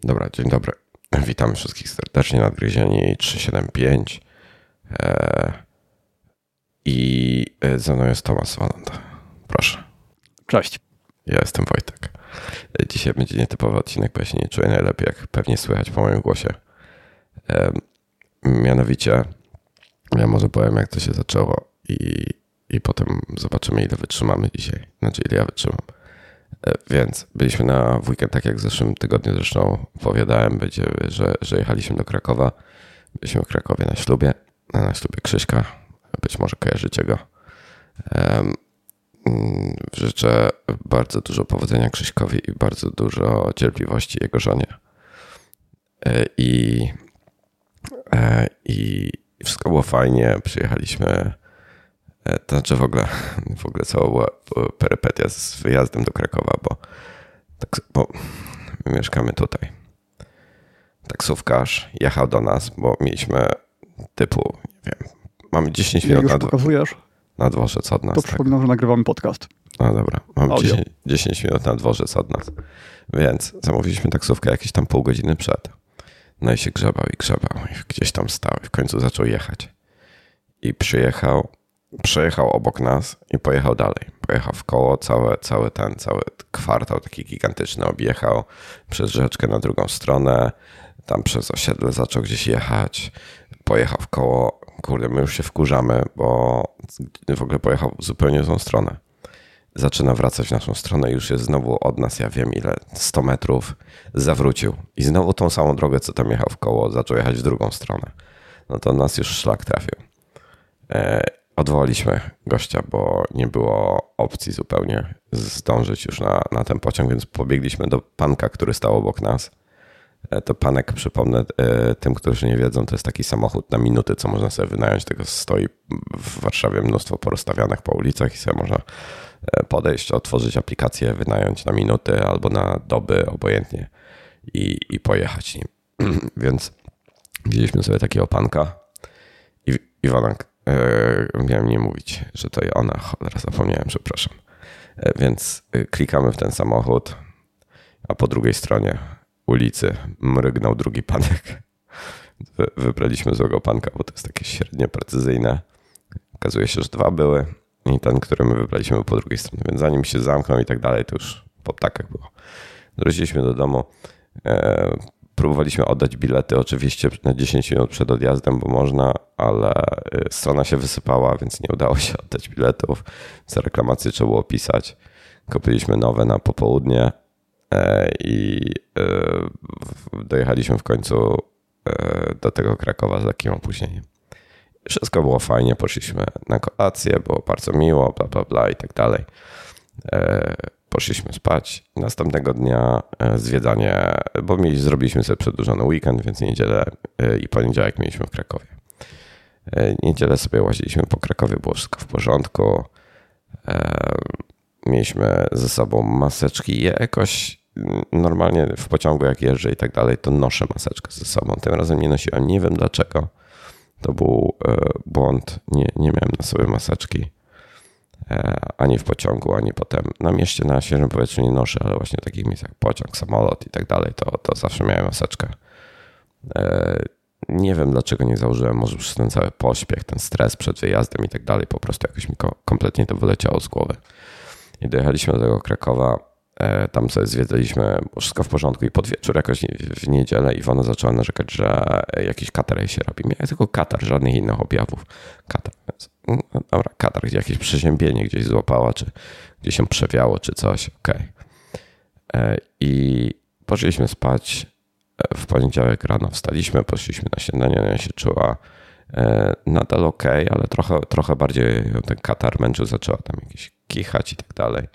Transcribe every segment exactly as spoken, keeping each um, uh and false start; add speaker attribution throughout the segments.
Speaker 1: Dobra, dzień dobry. Witam wszystkich serdecznie, Nadgryzieni trzysta siedemdziesiąt pięć. Eee, I ze mną jest Tomasz Walant. Proszę.
Speaker 2: Cześć.
Speaker 1: Ja jestem Wojtek. Dzisiaj będzie nietypowy odcinek, bo ja się nie czuję najlepiej, jak pewnie słychać po moim głosie. Eee, mianowicie, ja może powiem, jak to się zaczęło i, i potem zobaczymy, ile wytrzymamy dzisiaj. Znaczy, ile ja wytrzymam. Więc byliśmy na w weekend, tak jak w zeszłym tygodniu zresztą opowiadałem, będzie, że, że jechaliśmy do Krakowa. Byliśmy w Krakowie na ślubie, na ślubie Krzyśka. Być może kojarzycie go. Um, życzę bardzo dużo powodzenia Krzyśkowi i bardzo dużo cierpliwości jego żonie. I, i wszystko było fajnie. Przyjechaliśmy. To znaczy w ogóle, w ogóle cała była perypetia z wyjazdem do Krakowa, bo, tak, bo my mieszkamy tutaj. Taksówkarz jechał do nas, bo mieliśmy typu, nie wiem, mamy dziesięć minut na,
Speaker 2: pokazujesz,
Speaker 1: na dworzec od nas.
Speaker 2: To przypominam, tak? że nagrywamy podcast.
Speaker 1: No dobra, mamy dziesięć, dziesięć minut na dworzec od nas, więc zamówiliśmy taksówkę jakieś tam pół godziny przed. No i się grzebał i grzebał i gdzieś tam stał i w końcu zaczął jechać. I przyjechał. Przejechał obok nas i pojechał dalej. Pojechał w koło, cały, cały ten, cały kwartał taki gigantyczny objechał przez rzeczkę na drugą stronę, tam przez osiedle zaczął gdzieś jechać, pojechał w koło. Kurde, my już się wkurzamy, bo w ogóle pojechał w zupełnie złą stronę. Zaczyna wracać w naszą stronę, już jest znowu od nas, ja wiem ile, sto metrów, zawrócił. I znowu tą samą drogę, co tam jechał w koło, zaczął jechać w drugą stronę. No to nas już szlak trafił. E- Odwołaliśmy gościa, bo nie było opcji zupełnie zdążyć już na, na ten pociąg, więc pobiegliśmy do panka, który stał obok nas. To panek, przypomnę tym, którzy nie wiedzą, to jest taki samochód na minuty, co można sobie wynająć. Tego stoi w Warszawie mnóstwo porozstawianych po ulicach i sobie można podejść, otworzyć aplikację, wynająć na minuty albo na doby, obojętnie i, i pojechać nim. Więc wzięliśmy sobie takiego panka i Iwona, miałem nie mówić, że to ja ona, cholera, zapomniałem, przepraszam. Więc klikamy w ten samochód, a po drugiej stronie ulicy mrygnął drugi panek. Wybraliśmy złego panka, bo to jest takie średnio precyzyjne. Okazuje się, że dwa były i ten, który my wybraliśmy, był po drugiej stronie. Więc zanim się zamknął i tak dalej, to już po ptakach było. Wróciliśmy do domu. Próbowaliśmy oddać bilety oczywiście na dziesięć minut przed odjazdem, bo można, ale strona się wysypała, więc nie udało się oddać biletów. Za reklamację trzeba było pisać. Kupiliśmy nowe na popołudnie i dojechaliśmy w końcu do tego Krakowa z lekkim opóźnieniem. Wszystko było fajnie, poszliśmy na kolację, było bardzo miło, bla, bla, bla i tak dalej. Poszliśmy spać. Następnego dnia zwiedzanie, bo mieli, zrobiliśmy sobie przedłużony weekend, więc niedzielę i poniedziałek mieliśmy w Krakowie. Niedzielę sobie łaziliśmy po Krakowie, było wszystko w porządku. Mieliśmy ze sobą maseczki. Ja jakoś normalnie w pociągu jak jeżdżę i tak dalej, to noszę maseczkę ze sobą. Tym razem nie nosiłem, nie wiem dlaczego. To był błąd, nie, nie miałem na sobie maseczki. Ani w pociągu, ani potem na mieście, na świeżym powietrzu nie noszę, ale właśnie w takich miejscach jak pociąg, samolot i tak dalej, to, to zawsze miałem maseczkę. Nie wiem dlaczego nie założyłem, może przez ten cały pośpiech, ten stres przed wyjazdem i tak dalej, po prostu jakoś mi kompletnie to wyleciało z głowy. I dojechaliśmy do tego Krakowa, tam sobie zwiedzaliśmy, było wszystko w porządku i pod wieczór jakoś w niedzielę Iwona zaczęła narzekać, że jakiś katar jej się robi. Miałem tylko katar, żadnych innych objawów. Katar, więc no dobra, katar, jakieś przeziębienie gdzieś złapała, czy gdzieś się przewiało, czy coś, okej. Okay. I poszliśmy spać. W poniedziałek rano wstaliśmy, poszliśmy na śniadanie, no ja się czuła nadal okej, okay, ale trochę, trochę bardziej ten katar męczył, zaczęła tam jakieś kichać i tak dalej.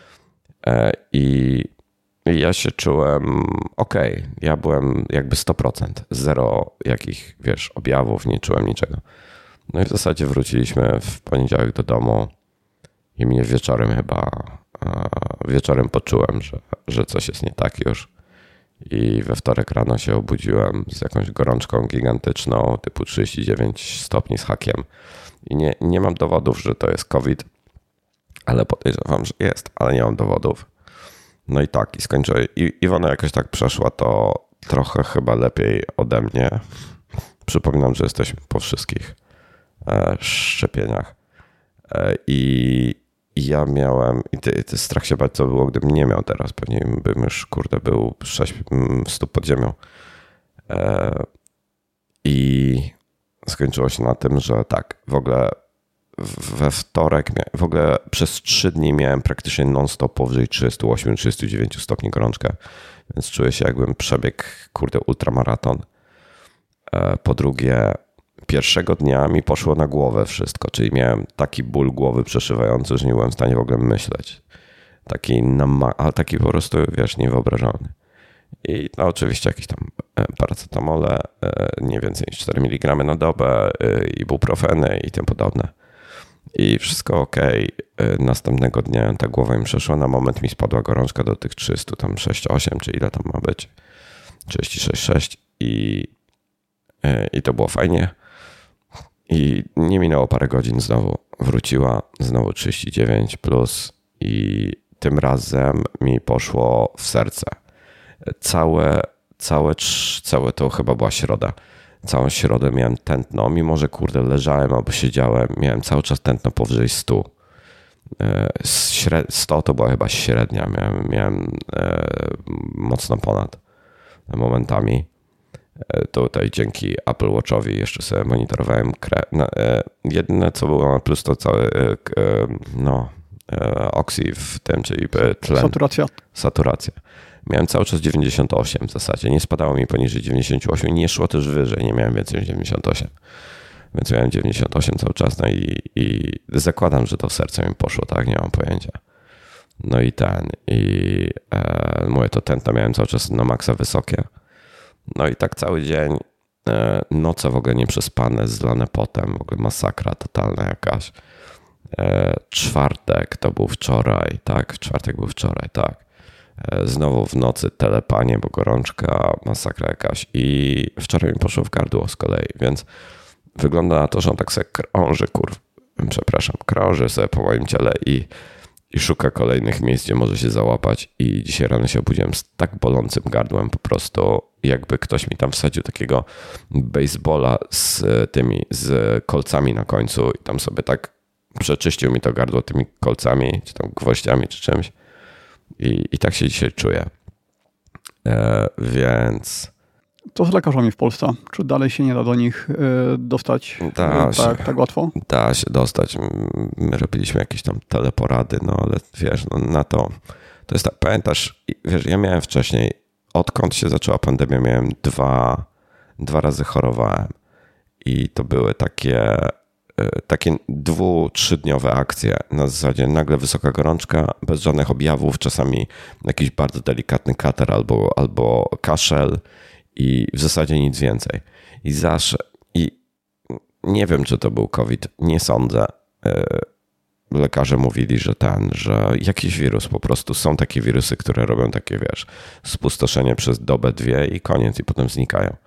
Speaker 1: I ja się czułem okej. Okay. Ja byłem jakby sto procent. Zero jakich, wiesz, objawów, nie czułem niczego. No i w zasadzie wróciliśmy w poniedziałek do domu i mnie wieczorem chyba, wieczorem poczułem, że, że coś jest nie tak już. I we wtorek rano się obudziłem z jakąś gorączką gigantyczną, typu trzydzieści dziewięć stopni z hakiem. I nie, nie mam dowodów, że to jest COVID, ale podejrzewam, że jest, ale nie mam dowodów. No i tak, i skończyłem. I Iwona jakoś tak przeszła to trochę chyba lepiej ode mnie. Przypominam, że jesteśmy po wszystkich szczepieniach. I ja miałem, i ty, ty strach się bać, co było, gdybym nie miał teraz. Pewnie bym już, kurde, był sześć stóp pod ziemią. I skończyło się na tym, że tak, w ogóle we wtorek, w ogóle przez trzy dni miałem praktycznie non-stop powyżej trzydzieści osiem trzydzieści dziewięć stopni gorączkę, więc czuję się, jakbym przebiegł, kurde, ultramaraton. Po drugie, pierwszego dnia mi poszło na głowę wszystko, czyli miałem taki ból głowy przeszywający, że nie byłem w stanie w ogóle myśleć. Taki, nama- ale taki po prostu, wiesz, niewyobrażalny. I no, oczywiście jakieś tam paracetamole, nie więcej niż cztery miligramy na dobę, ibuprofeny i tym podobne. I wszystko ok. Następnego dnia ta głowa mi przeszła, na moment mi spadła gorączka do tych trzystu, tam sześć osiem, czy ile tam ma być, trzydzieści sześć sześć i, i to było fajnie. I nie minęło parę godzin, znowu wróciła, znowu trzydzieści dziewięć plus i tym razem mi poszło w serce. Całe, całe, całe to chyba była środa. Całą środę miałem tętno, mimo że kurde leżałem albo siedziałem, miałem cały czas tętno powyżej stu. sto to była chyba średnia, miałem, miałem mocno ponad momentami. Tutaj dzięki Apple Watchowi jeszcze sobie monitorowałem krew. Jedyne co było na plus to cały no, oksy w tym, czyli tlen.
Speaker 2: Saturacja.
Speaker 1: Saturacja. Miałem cały czas dziewięćdziesiąt osiem w zasadzie. Nie spadało mi poniżej dziewięćdziesiąt osiem i nie szło też wyżej. Nie miałem więcej niż dziewięćdziesiąt osiem. Więc miałem dziewięćdziesiąt osiem cały czas. No i, i zakładam, że to serce mi poszło, tak? Nie mam pojęcia. No i ten. I e, mówię, to tętno miałem cały czas na maksa wysokie. No i tak cały dzień. E, noce w ogóle nieprzespane, zlane potem. W ogóle masakra totalna jakaś. E, czwartek to był wczoraj, tak? W czwartek był wczoraj, tak. Znowu w nocy telepanie, bo gorączka, masakra jakaś i wczoraj mi poszło w gardło z kolei, więc wygląda na to, że on tak sobie krąży, kurw, przepraszam, krąży sobie po moim ciele i, i szuka kolejnych miejsc, gdzie może się załapać i dzisiaj rano się obudziłem z tak bolącym gardłem po prostu, jakby ktoś mi tam wsadził takiego baseballa z tymi, z kolcami na końcu i tam sobie tak przeczyścił mi to gardło tymi kolcami, czy tam gwoździami, czy czymś. I, I tak się dzisiaj czuję. E, więc...
Speaker 2: Co z lekarzami w Polsce? Czy dalej się nie da do nich y, dostać
Speaker 1: da
Speaker 2: y,
Speaker 1: się,
Speaker 2: tak, tak łatwo?
Speaker 1: Da się dostać. My robiliśmy jakieś tam teleporady, no ale wiesz, no, na to... To jest tak, pamiętasz, wiesz, ja miałem wcześniej, odkąd się zaczęła pandemia, miałem dwa, dwa razy chorowałem. I to były takie... takie dwu, trzydniowe akcje. Na zasadzie nagle wysoka gorączka, bez żadnych objawów, czasami jakiś bardzo delikatny katar albo, albo kaszel i w zasadzie nic więcej. I zawsze, i nie wiem, czy to był COVID, nie sądzę. Lekarze mówili, że ten, że jakiś wirus, po prostu są takie wirusy, które robią takie, wiesz, spustoszenie przez dobę, dwie i koniec i potem znikają.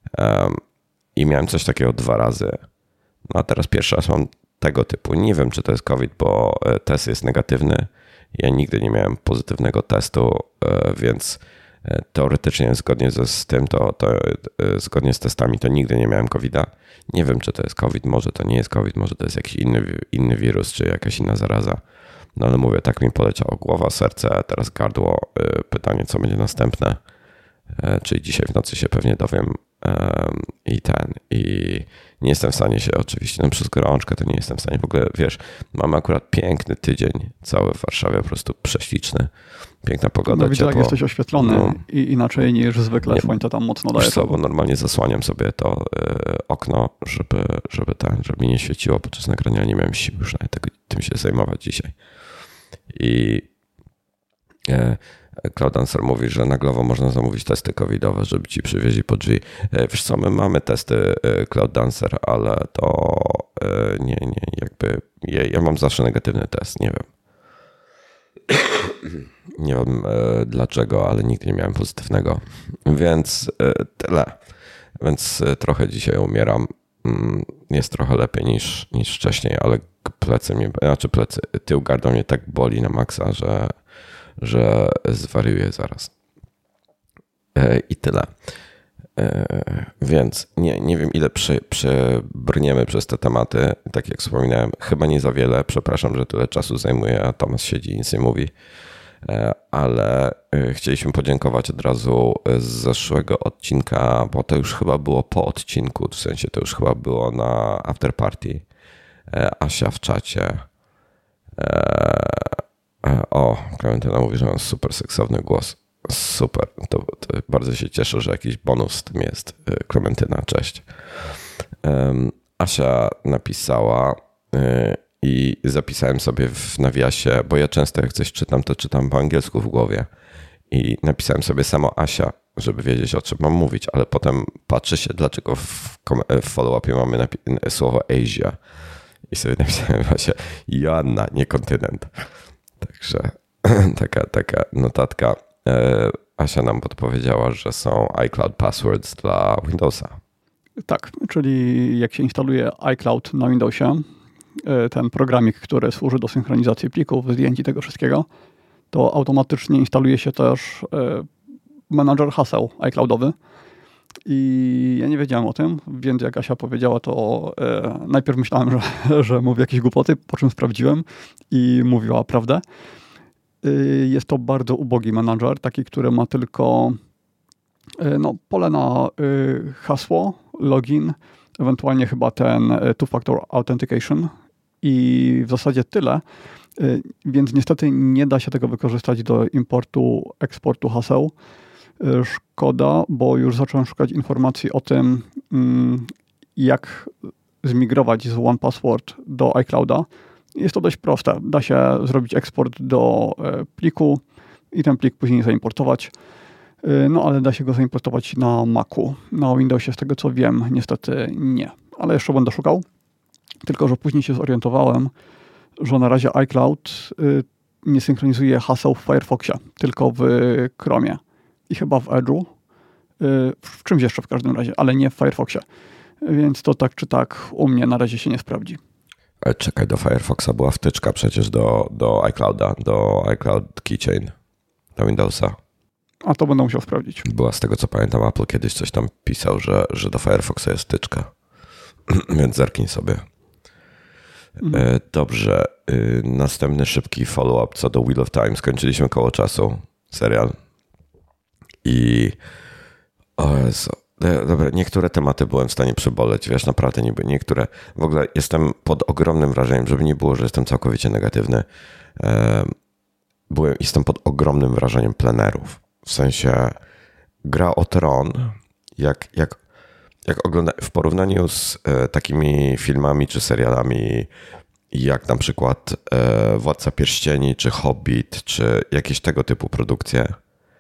Speaker 1: I miałem coś takiego dwa razy. No a teraz pierwszy raz mam tego typu. Nie wiem, czy to jest COVID, bo test jest negatywny. Ja nigdy nie miałem pozytywnego testu, więc teoretycznie zgodnie ze, z tym, to, to zgodnie z testami, to nigdy nie miałem kowida. Nie wiem, czy to jest COVID, może to nie jest COVID, może to jest jakiś inny, inny wirus, czy jakaś inna zaraza. No ale mówię, tak mi poleciało głowa, serce, teraz gardło. Pytanie, co będzie następne. Czyli dzisiaj w nocy się pewnie dowiem i ten, i nie jestem w stanie się oczywiście, no przez gorączkę to nie jestem w stanie w ogóle, wiesz, mamy akurat piękny tydzień cały w Warszawie, po prostu prześliczny, piękna pogoda,
Speaker 2: no, widzę,
Speaker 1: ciepło.
Speaker 2: jak jesteś oświetlony no, i inaczej niż zwykle nie, słońce tam mocno daje.
Speaker 1: Co, bo normalnie zasłaniam sobie to y, okno, żeby, żeby, ten, żeby mi nie świeciło podczas nagrania, nie miałem siły już nawet tego, tym się zajmować dzisiaj. I y, Clouddancer mówi, że na Glovo można zamówić testy covidowe, żeby ci przywieźli po drzwi. Wiesz co, my mamy testy Clouddancer, ale to nie, nie, jakby ja, ja mam zawsze negatywny test, nie wiem. Nie wiem dlaczego, ale nigdy nie miałem pozytywnego, więc tyle. Więc trochę dzisiaj umieram. Jest trochę lepiej niż, niż wcześniej, ale plecy mnie, znaczy plecy, tył gardła mnie tak boli na maksa, że że zwariuję zaraz. I tyle. Więc nie, nie wiem, ile przy, przebrniemy przez te tematy. Tak jak wspominałem, chyba nie za wiele. Przepraszam, że tyle czasu zajmuje, a Tomasz siedzi i nic nie mówi. Ale chcieliśmy podziękować od razu z zeszłego odcinka, bo to już chyba było po odcinku, w sensie to już chyba było na after party. Asia w czacie. O, Klementyna mówi, że mam super seksowny głos. Super, to, to bardzo się cieszę, że jakiś bonus w tym jest. Klementyna, cześć. Asia napisała i zapisałem sobie w nawiasie, bo ja często jak coś czytam, to czytam po angielsku w głowie i napisałem sobie samo Asia, żeby wiedzieć, o czym mam mówić, ale potem patrzy się, dlaczego w, w follow-upie mamy napi- słowo Asia i sobie napisałem Asia, Joanna, nie kontynent. Także taka, taka notatka. Asia nam podpowiedziała, że są iCloud Passwords dla Windowsa.
Speaker 2: Tak, czyli jak się instaluje iCloud na Windowsie, ten programik, który służy do synchronizacji plików, zdjęć i tego wszystkiego, to automatycznie instaluje się też menadżer haseł iCloudowy. I ja nie wiedziałem o tym, więc jak Asia powiedziała, to e, najpierw myślałem, że, że mówi jakieś głupoty, po czym sprawdziłem i mówiła prawdę. E, jest to bardzo ubogi menadżer, taki, który ma tylko e, no, pole na e, hasło, login, ewentualnie chyba ten two-factor authentication i w zasadzie tyle. E, więc niestety nie da się tego wykorzystać do importu, eksportu haseł. Szkoda, bo już zacząłem szukać informacji o tym, jak zmigrować z one password do iClouda. Jest to dość proste. Da się zrobić eksport do pliku i ten plik później zaimportować. No ale da się go zaimportować na Macu. Na Windowsie, z tego co wiem, niestety nie. Ale jeszcze będę szukał. Tylko że później się zorientowałem, że na razie iCloud nie synchronizuje haseł w Firefoxie, tylko w Chromie. I chyba w Edge'u, w czymś jeszcze w każdym razie, ale nie w Firefoxie. Więc to tak czy tak u mnie na razie się nie sprawdzi.
Speaker 1: Ale czekaj, do Firefoxa była wtyczka przecież do, do iClouda, do iCloud Keychain, do Windowsa.
Speaker 2: A to będę musiał sprawdzić.
Speaker 1: Była, z tego co pamiętam, Apple kiedyś coś tam pisał, że, że do Firefoxa jest wtyczka. Więc zerknij sobie. Mhm. Dobrze. Następny szybki follow-up co do Wheel of Time. Skończyliśmy koło czasu. Serial. I o Jezu, dobra, niektóre tematy byłem w stanie przeboleć, wiesz, naprawdę niby niektóre, w ogóle jestem pod ogromnym wrażeniem, żeby nie było, że jestem całkowicie negatywny, byłem, jestem pod ogromnym wrażeniem plenerów, w sensie Gra o Tron, jak, jak, jak ogląda, w porównaniu z takimi filmami czy serialami, jak na przykład Władca Pierścieni, czy Hobbit, czy jakieś tego typu produkcje,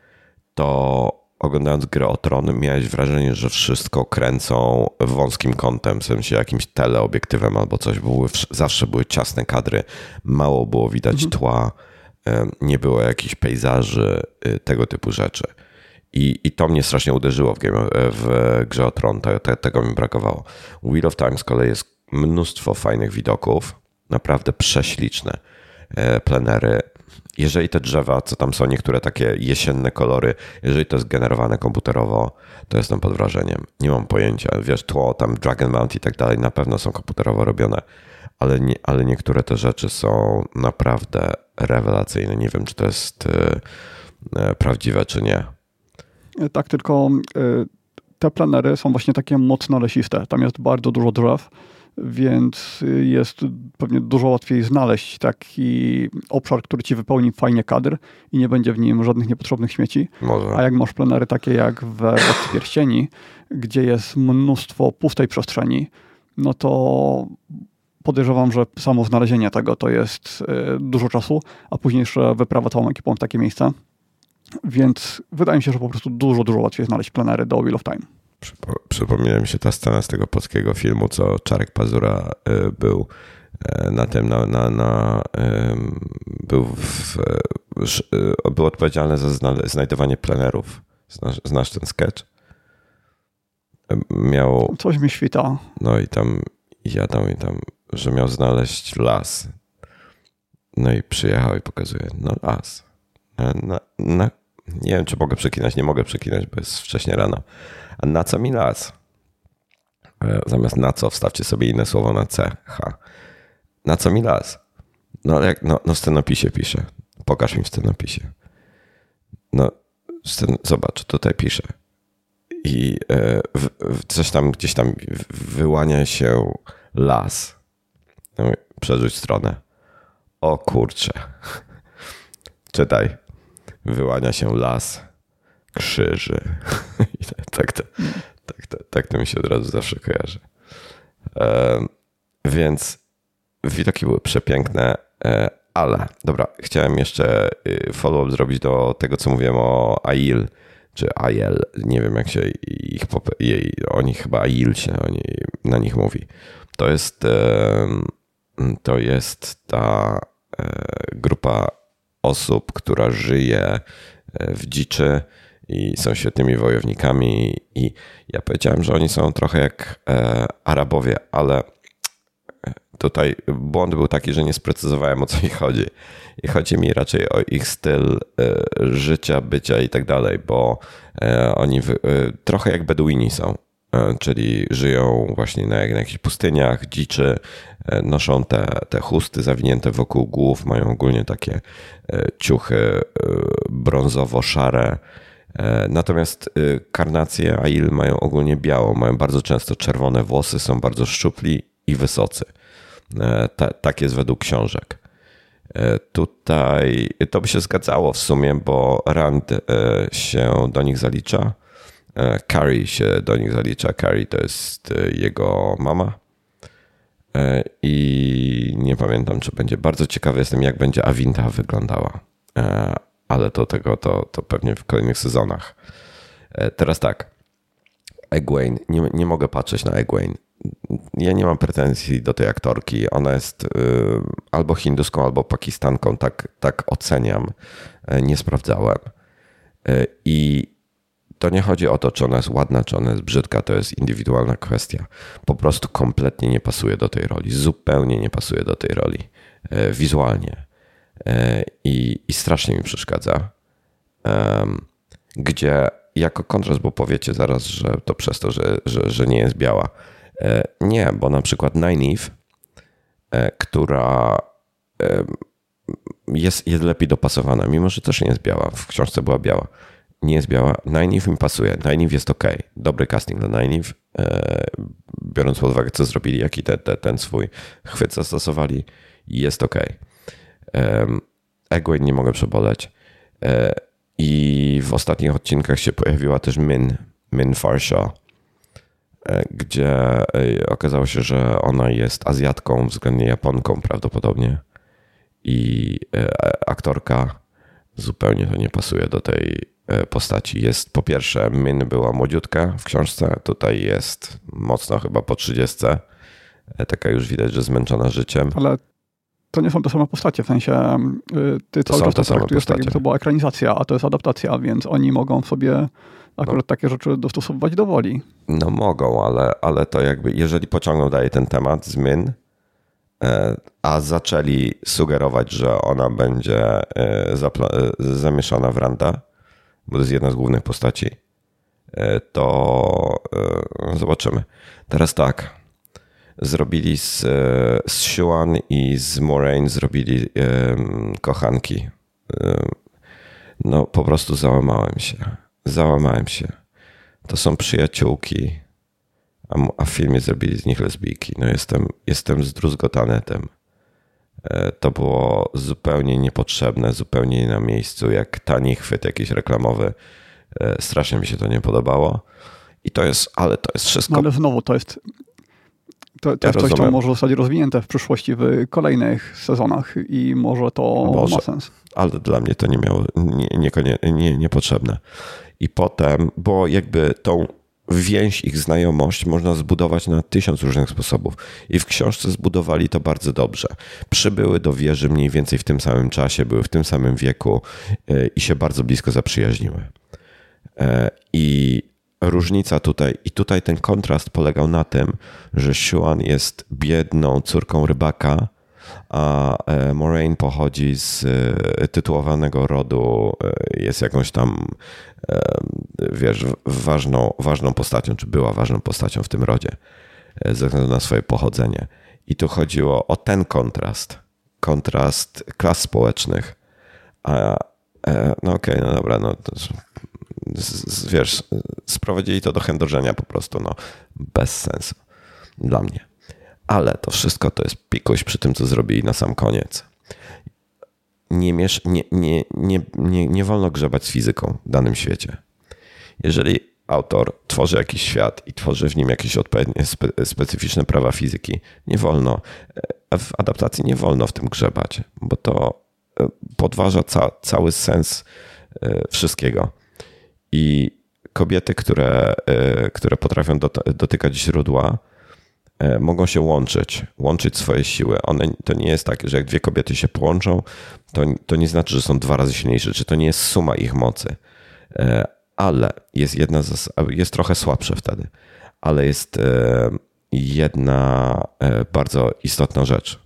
Speaker 1: to oglądając Grę o Tron miałeś wrażenie, że wszystko kręcą wąskim kątem, w sensie jakimś teleobiektywem albo coś, bo były, zawsze były ciasne kadry, mało było widać mhm. tła, nie było jakichś pejzaży, tego typu rzeczy. I, i to mnie strasznie uderzyło w, game, w Grze o Tron, to, te, tego mi brakowało. Wheel of Time z kolei jest mnóstwo fajnych widoków, naprawdę prześliczne plenery. Jeżeli te drzewa, co tam są, niektóre takie jesienne kolory, jeżeli to jest generowane komputerowo, to jestem pod wrażeniem. Nie mam pojęcia. Wiesz, tło, tam Dragon Mount i tak dalej na pewno są komputerowo robione, ale, nie, ale niektóre te rzeczy są naprawdę rewelacyjne. Nie wiem, czy to jest y, y, prawdziwe, czy nie.
Speaker 2: Tak, tylko y, te plenery są właśnie takie mocno lesiste. Tam jest bardzo dużo drzew, więc jest pewnie dużo łatwiej znaleźć taki obszar, który ci wypełni fajnie kadr i nie będzie w nim żadnych niepotrzebnych śmieci.
Speaker 1: Może.
Speaker 2: A jak masz plenery takie jak w Władcy Pierścieni, gdzie jest mnóstwo pustej przestrzeni, no to podejrzewam, że samo znalezienie tego to jest dużo czasu, a później jeszcze wyprawa całą ekipą w takie miejsce. Więc wydaje mi się, że po prostu dużo, dużo łatwiej znaleźć plenery do Wheel of Time.
Speaker 1: Przypomina mi się ta scena z tego polskiego filmu, co Czarek Pazura był na tym, na, na, na, był, w, był odpowiedzialny za znajdowanie plenerów. Znasz, znasz ten sketch? Miał...
Speaker 2: Coś mi świta.
Speaker 1: No i tam jadą i tam, że miał znaleźć las. No i przyjechał i pokazuje, no las. Na, na, Nie wiem, czy mogę przekinać, nie mogę przekinać, bo jest wcześnie rano. A na co mi las? Zamiast na co wstawcie sobie inne słowo na C. H. Na co mi las? No jak no, no w scenopisie pisze. Pokaż mi w scenopisie. No scen, zobacz, tutaj pisze. I e, w, w, coś tam gdzieś tam wyłania się las. No, przerzuć stronę. O kurczę. Czytaj. Wyłania się las krzyży. tak, to, tak, to, tak to mi się od razu zawsze kojarzy. E, więc widoki były przepiękne, e, ale dobra, chciałem jeszcze follow-up zrobić do tego, co mówiłem o A I L, czy A I L, nie wiem jak się ich, jej, o nich chyba A I L się oni, na nich mówi. To jest, e, to jest ta e, grupa osób, która żyje w dziczy i są świetnymi wojownikami i ja powiedziałem, że oni są trochę jak e, Arabowie, ale tutaj błąd był taki, że nie sprecyzowałem, o co mi chodzi. I chodzi mi raczej o ich styl e, życia, bycia i tak dalej, bo e, oni w, e, trochę jak Beduini są, e, czyli żyją właśnie na, na jakichś pustyniach, dziczy, e, noszą te, te chusty zawinięte wokół głów, mają ogólnie takie e, ciuchy e, brązowo-szare. Natomiast karnacje A I L mają ogólnie białą, mają bardzo często czerwone włosy, są bardzo szczupli i wysocy. Ta, tak jest według książek. Tutaj to by się zgadzało w sumie, bo Rand się do nich zalicza. Carrie się do nich zalicza. Carrie to jest jego mama. I nie pamiętam, czy będzie. Bardzo ciekawy jestem, jak będzie Avinta wyglądała. Ale to tego to, to pewnie w kolejnych sezonach. Teraz tak. Egwene. Nie, nie mogę patrzeć na Egwene. Ja nie mam pretensji do tej aktorki. Ona jest y, albo hinduską, albo pakistanką. Tak, tak oceniam. Nie sprawdzałem. Y, I to nie chodzi o to, czy ona jest ładna, czy ona jest brzydka. To jest indywidualna kwestia. Po prostu kompletnie nie pasuje do tej roli. Zupełnie nie pasuje do tej roli. Y, wizualnie. I, i strasznie mi przeszkadza. Um, gdzie jako kontrast, bo powiecie zaraz, że to przez to, że, że, że nie jest biała. E, nie, bo na przykład Nynaeve, e, która e, jest, jest lepiej dopasowana, mimo że też nie jest biała. W książce była biała. Nie jest biała. Nynaeve mi pasuje. Nynaeve jest ok. Dobry casting dla Nynaeve. E, biorąc pod uwagę, co zrobili, jaki te, te, ten swój chwyt zastosowali, jest ok. Egwene nie mogę przeboleć. I w ostatnich odcinkach się pojawiła też Min, Min Farshaw, gdzie okazało się, że ona jest Azjatką, względnie Japonką prawdopodobnie. I aktorka zupełnie to nie pasuje do tej postaci. Jest po pierwsze, Min była młodziutka w książce, tutaj jest mocno chyba po trzydziestce. Taka już widać, że zmęczona życiem.
Speaker 2: Ale to nie są te same postacie, w sensie ty
Speaker 1: to
Speaker 2: cały czas
Speaker 1: te
Speaker 2: to traktujesz tak, jakby to była ekranizacja, a to jest adaptacja, więc oni mogą sobie akurat no. takie rzeczy dostosowywać do woli.
Speaker 1: No mogą, ale, ale to jakby, jeżeli pociągną dalej ten temat zmian, a zaczęli sugerować, że ona będzie zapla- zamieszana w Randa, bo to jest jedna z głównych postaci, to zobaczymy. Teraz tak. Zrobili z, z Siuan i z Moraine zrobili um, kochanki. Um, no po prostu załamałem się. Załamałem się. To są przyjaciółki, a, a w filmie zrobili z nich lesbijki. No jestem, jestem zdruzgotany tym. E, to było zupełnie niepotrzebne, zupełnie nie na miejscu, jak tani chwyt jakiś reklamowy. E, strasznie mi się to nie podobało. I to jest, ale to jest wszystko...
Speaker 2: No ale znowu to jest... To, to
Speaker 1: ja
Speaker 2: jest coś,
Speaker 1: rozumiem.
Speaker 2: co może zostać rozwinięte w przyszłości w kolejnych sezonach i może to
Speaker 1: może,
Speaker 2: ma sens.
Speaker 1: Ale dla mnie to nie miało, nie, nie, nie, niepotrzebne. I potem, bo jakby tą więź, ich znajomość można zbudować na tysiąc różnych sposobów. I w książce zbudowali to bardzo dobrze. Przybyły do wieży mniej więcej w tym samym czasie, były w tym samym wieku i się bardzo blisko zaprzyjaźniły. I różnica tutaj, i tutaj ten kontrast polegał na tym, że Siuan jest biedną córką rybaka, a Moraine pochodzi z tytułowanego rodu, jest jakąś tam, wiesz, ważną, ważną postacią, czy była ważną postacią w tym rodzie, ze względu na swoje pochodzenie. I tu chodziło o ten kontrast, kontrast klas społecznych. A, no okej, okay, no dobra, no to, z, z, wiesz, sprowadzili to do chędożenia po prostu, no bez sensu dla mnie. Ale to wszystko to jest pikuś przy tym, co zrobili na sam koniec. Nie, miesz, nie, nie, nie, nie, nie wolno grzebać z fizyką w danym świecie. Jeżeli autor tworzy jakiś świat i tworzy w nim jakieś odpowiednie spe, specyficzne prawa fizyki, nie wolno, w adaptacji nie wolno w tym grzebać, bo to podważa ca, cały sens wszystkiego. I kobiety, które, które potrafią dotykać źródła, mogą się łączyć, łączyć swoje siły. One, to nie jest tak, że jak dwie kobiety się połączą, to, to nie znaczy, że są dwa razy silniejsze, czy to nie jest suma ich mocy. Ale jest jedna, jest trochę słabsze wtedy, ale jest jedna bardzo istotna rzecz.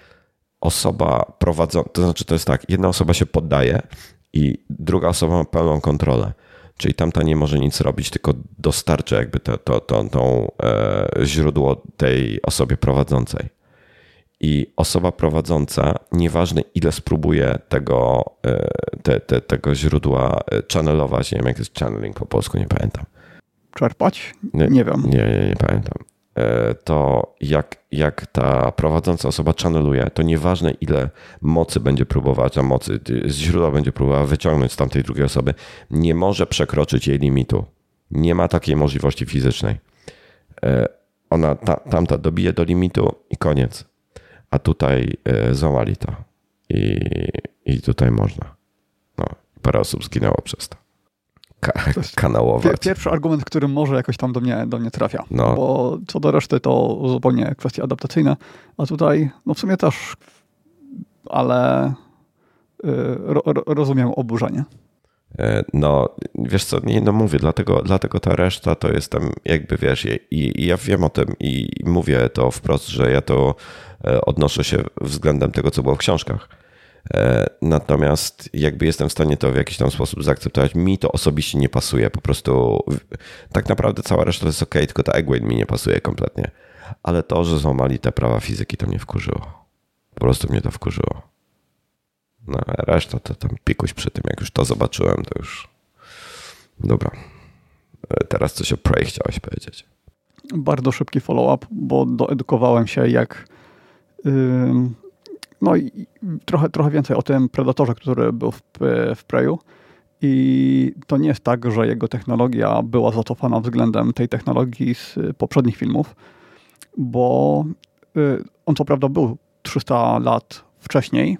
Speaker 1: Osoba prowadząca, to znaczy to jest tak, jedna osoba się poddaje i druga osoba ma pełną kontrolę. Czyli tamta nie może nic robić, tylko dostarcza jakby to, to, to, to e, źródło tej osobie prowadzącej. I osoba prowadząca, nieważne ile spróbuje tego, e, te, te, tego źródła channelować, nie wiem jak jest channeling po polsku, nie pamiętam.
Speaker 2: Czerpać? Nie, nie wiem.
Speaker 1: Nie, nie, nie pamiętam. To jak, jak ta prowadząca osoba channeluje, to nieważne ile mocy będzie próbowała, a mocy z źródła będzie próbowała wyciągnąć z tamtej drugiej osoby, nie może przekroczyć jej limitu. Nie ma takiej możliwości fizycznej. Ona ta, tamta dobije do limitu i koniec. A tutaj złamali to. I, i tutaj można. No, parę osób zginęło przez to. Ka- kanałować.
Speaker 2: Pierwszy argument, który może jakoś tam do mnie, do mnie trafia.
Speaker 1: No.
Speaker 2: Bo co do reszty to zupełnie kwestie adaptacyjne. A tutaj no w sumie też, ale ro, ro, rozumiem oburzenie.
Speaker 1: No, wiesz co, nie no mówię, dlatego, dlatego ta reszta to jestem jakby, wiesz, i, i ja wiem o tym i mówię to wprost, że ja to odnoszę się względem tego, co było w książkach. Natomiast jakby jestem w stanie to w jakiś tam sposób zaakceptować. Mi to osobiście nie pasuje. Po prostu tak naprawdę cała reszta to jest okej, tylko ta Egwene mi nie pasuje kompletnie. Ale to, że złamali te prawa fizyki, to mnie wkurzyło. Po prostu mnie to wkurzyło. No a reszta to tam pikuś przy tym. Jak już to zobaczyłem, to już... Dobra. Teraz coś o Prey chciałeś powiedzieć.
Speaker 2: Bardzo szybki follow-up, bo doedukowałem się jak... Yy... No i trochę, trochę więcej o tym Predatorze, który był w, w Preyu. I to nie jest tak, że jego technologia była zacofana względem tej technologii z poprzednich filmów, bo on co prawda był trzysta lat wcześniej,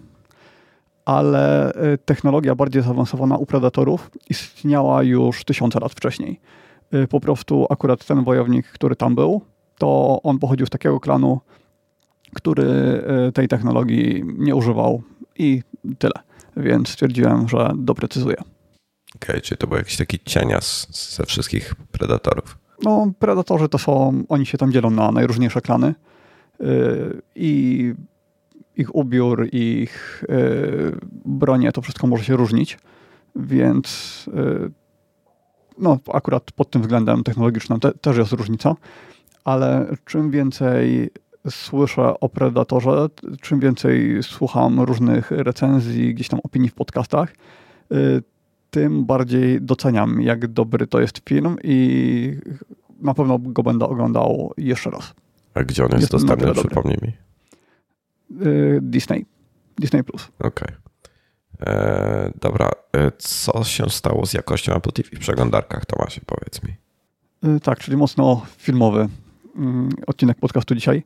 Speaker 2: ale technologia bardziej zaawansowana u Predatorów istniała już tysiące lat wcześniej. Po prostu akurat ten wojownik, który tam był, to on pochodził z takiego klanu, który tej technologii nie używał i tyle. Więc stwierdziłem, że doprecyzuję.
Speaker 1: Okej, okay, czyli to był jakiś taki cienias ze wszystkich Predatorów.
Speaker 2: No, Predatorzy to są, oni się tam dzielą na najróżniejsze klany yy, i ich ubiór, ich yy, bronie, to wszystko może się różnić, więc yy, no, akurat pod tym względem technologicznym te, też jest różnica, ale czym więcej słyszę o Predatorze, czym więcej słucham różnych recenzji, gdzieś tam opinii w podcastach, tym bardziej doceniam, jak dobry to jest film i na pewno go będę oglądał jeszcze raz.
Speaker 1: A gdzie on jest, jest dostępny, przypomnij mi?
Speaker 2: Disney. Disney Plus.
Speaker 1: Okej. Okay. Dobra. Co się stało z jakością Apple T V w przeglądarkach, Tomasie, powiedz mi.
Speaker 2: Tak, czyli mocno filmowy odcinek podcastu dzisiaj.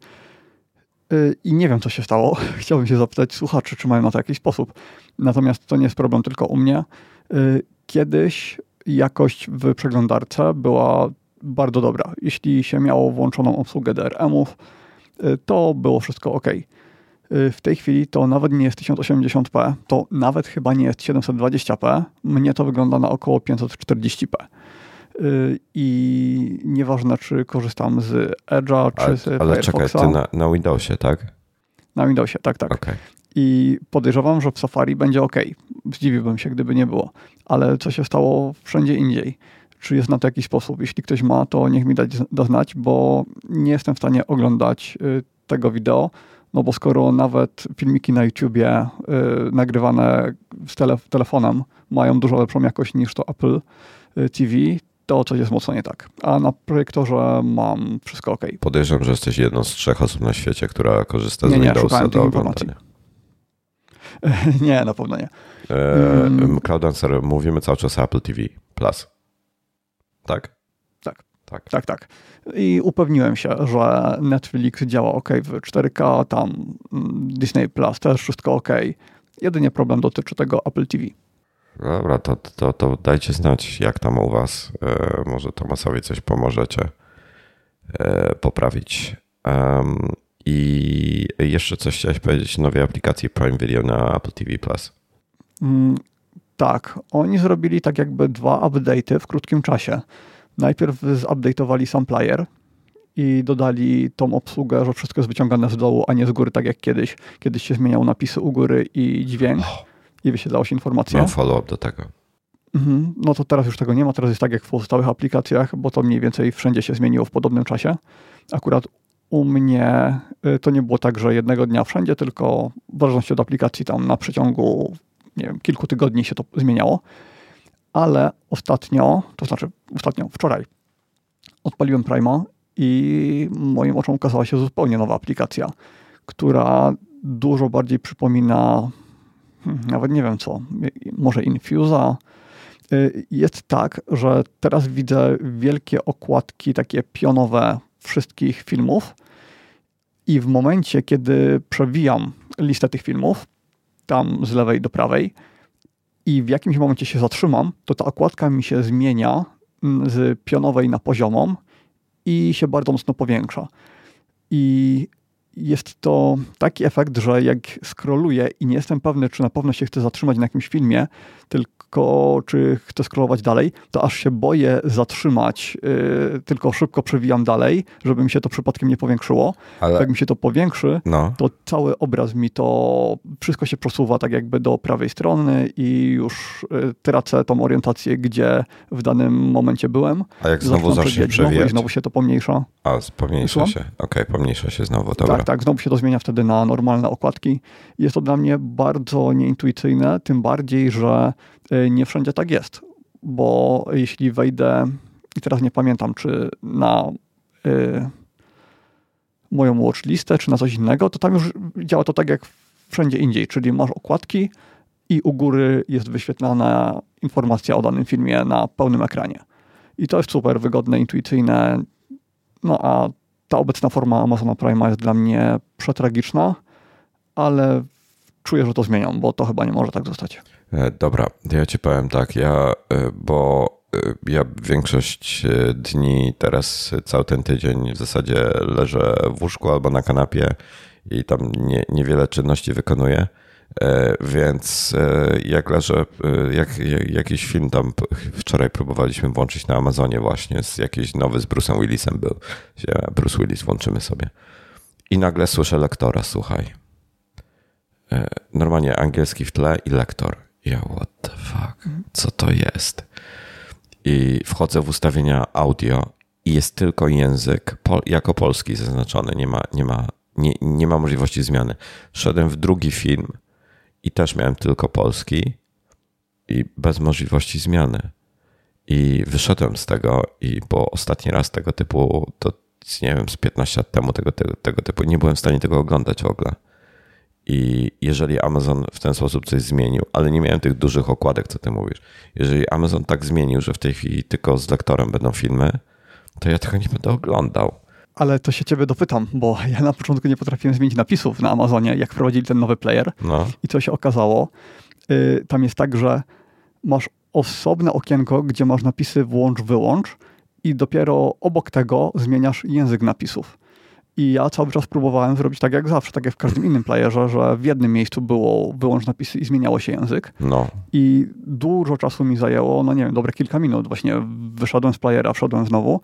Speaker 2: I nie wiem, co się stało. Chciałbym się zapytać słuchaczy, czy mają na to jakiś sposób. Natomiast to nie jest problem tylko u mnie. Kiedyś jakość w przeglądarce była bardzo dobra. Jeśli się miało włączoną obsługę D R M-ów, to było wszystko ok. W tej chwili to nawet nie jest tysiąc osiemdziesiąt p, to nawet chyba nie jest siedemset dwadzieścia p. Mnie to wygląda na około pięćset czterdzieści p. I nieważne, czy korzystam z Edge'a, czy
Speaker 1: ale,
Speaker 2: z
Speaker 1: ale
Speaker 2: Firefoxa.
Speaker 1: Ale czekaj, ty na, na Windowsie, tak?
Speaker 2: Na Windowsie, tak, tak.
Speaker 1: Okay.
Speaker 2: I podejrzewam, że w Safari będzie ok. Zdziwiłbym się, gdyby nie było. Ale co się stało wszędzie indziej? Czy jest na to jakiś sposób? Jeśli ktoś ma, to niech mi da, da znać, bo nie jestem w stanie oglądać y, tego wideo, no bo skoro nawet filmiki na YouTubie y, nagrywane z tele, telefonem mają dużo lepszą jakość niż to Apple T V, to coś jest mocno nie tak. A na projektorze mam wszystko ok.
Speaker 1: Podejrzewam, że jesteś jedną z trzech osób na świecie, która korzysta z
Speaker 2: nie, nie,
Speaker 1: Windowsa do oglądania.
Speaker 2: Nie, na pewno nie.
Speaker 1: E, um, Clouddancer, mówimy cały czas o Apple T V Plus. Tak?
Speaker 2: Tak.
Speaker 1: Tak.
Speaker 2: Tak, tak. I upewniłem się, że Netflix działa ok w cztery K, tam Disney Plus też wszystko ok. Jedynie problem dotyczy tego Apple T V.
Speaker 1: Dobra, to, to, to dajcie znać, jak tam u was. E, może Tomasowi coś pomożecie e, poprawić. Um, I jeszcze coś chciałeś powiedzieć o nowej aplikacji Prime Video na Apple T V Plus.
Speaker 2: Mm, tak, oni zrobili tak jakby dwa update'y w krótkim czasie. Najpierw zupdate'owali sam player i dodali tą obsługę, że wszystko jest wyciągane z dołu, a nie z góry, tak jak kiedyś. Kiedyś się zmieniały napisy u góry i dźwięk oh. i wyświetlało się informacje.
Speaker 1: Mam follow-up do tego.
Speaker 2: Mhm. No to teraz już tego nie ma, teraz jest tak jak w pozostałych aplikacjach, bo to mniej więcej wszędzie się zmieniło w podobnym czasie. Akurat u mnie to nie było tak, że jednego dnia wszędzie, tylko w zależności od aplikacji tam na przeciągu nie wiem, kilku tygodni się to zmieniało. Ale ostatnio, to znaczy ostatnio, wczoraj odpaliłem Prime'a i moim oczom ukazała się zupełnie nowa aplikacja, która dużo bardziej przypomina, hmm, nawet nie wiem co, może Infusa. Jest tak, że teraz widzę wielkie okładki takie pionowe wszystkich filmów i w momencie, kiedy przewijam listę tych filmów, tam z lewej do prawej, i w jakimś momencie się zatrzymam, to ta okładka mi się zmienia z pionowej na poziomą i się bardzo mocno powiększa. I jest to taki efekt, że jak scrolluję i nie jestem pewny, czy na pewno się chcę zatrzymać na jakimś filmie, tylko czy chcę scrollować dalej, to aż się boję zatrzymać, yy, tylko szybko przewijam dalej, żeby mi się to przypadkiem nie powiększyło. Ale... Jak mi się to powiększy, no. to cały obraz mi to, wszystko się przesuwa tak jakby do prawej strony i już yy, tracę tą orientację, gdzie w danym momencie byłem.
Speaker 1: A jak znowu zacznie przewijać?
Speaker 2: Znowu, i znowu się to pomniejsza.
Speaker 1: A, pomniejsza Słucham? się. Okej, okay, pomniejsza się znowu, dobra.
Speaker 2: Tak, tak, znowu się to zmienia wtedy na normalne okładki. Jest to dla mnie bardzo nieintuicyjne, tym bardziej, że nie wszędzie tak jest, bo jeśli wejdę, i teraz nie pamiętam, czy na y, moją watchlistę, czy na coś innego, to tam już działa to tak jak wszędzie indziej, czyli masz okładki i u góry jest wyświetlana informacja o danym filmie na pełnym ekranie. I to jest super wygodne, intuicyjne, no a ta obecna forma Amazona Prime'a jest dla mnie przetragiczna, ale czuję, że to zmienią, bo to chyba nie może tak zostać.
Speaker 1: Dobra, ja ci powiem tak, ja, bo ja większość dni teraz, cały ten tydzień w zasadzie leżę w łóżku albo na kanapie i tam nie, niewiele czynności wykonuję, więc jak leżę, jak, jak jakiś film tam wczoraj próbowaliśmy włączyć na Amazonie właśnie, z jakiś nowy z Bruce'em Willisem był, Bruce Willis włączymy sobie i nagle słyszę lektora, słuchaj, normalnie angielski w tle i lektor. Ja, what the fuck? Co to jest? I wchodzę w ustawienia audio i jest tylko język pol, jako polski zaznaczony. Nie ma, nie, ma, nie, nie ma możliwości zmiany. Szedłem w drugi film i też miałem tylko polski i bez możliwości zmiany. I wyszedłem z tego, i bo ostatni raz tego typu, to nie wiem, z piętnaście lat temu tego, tego, tego typu, nie byłem w stanie tego oglądać w ogóle. I jeżeli Amazon w ten sposób coś zmienił, ale nie miałem tych dużych okładek, co ty mówisz, jeżeli Amazon tak zmienił, że w tej chwili tylko z lektorem będą filmy, to ja tego nie będę oglądał.
Speaker 2: Ale to się ciebie dopytam, bo ja na początku nie potrafiłem zmienić napisów na Amazonie, jak wprowadzili ten nowy player. No. I co się okazało, yy, tam jest tak, że masz osobne okienko, gdzie masz napisy włącz, wyłącz i dopiero obok tego zmieniasz język napisów. I ja cały czas próbowałem zrobić tak jak zawsze, tak jak w każdym innym playerze, że w jednym miejscu było wyłącz napisy i zmieniało się język. No. I dużo czasu mi zajęło, no nie wiem, dobre kilka minut. Właśnie wyszedłem z playera, wszedłem znowu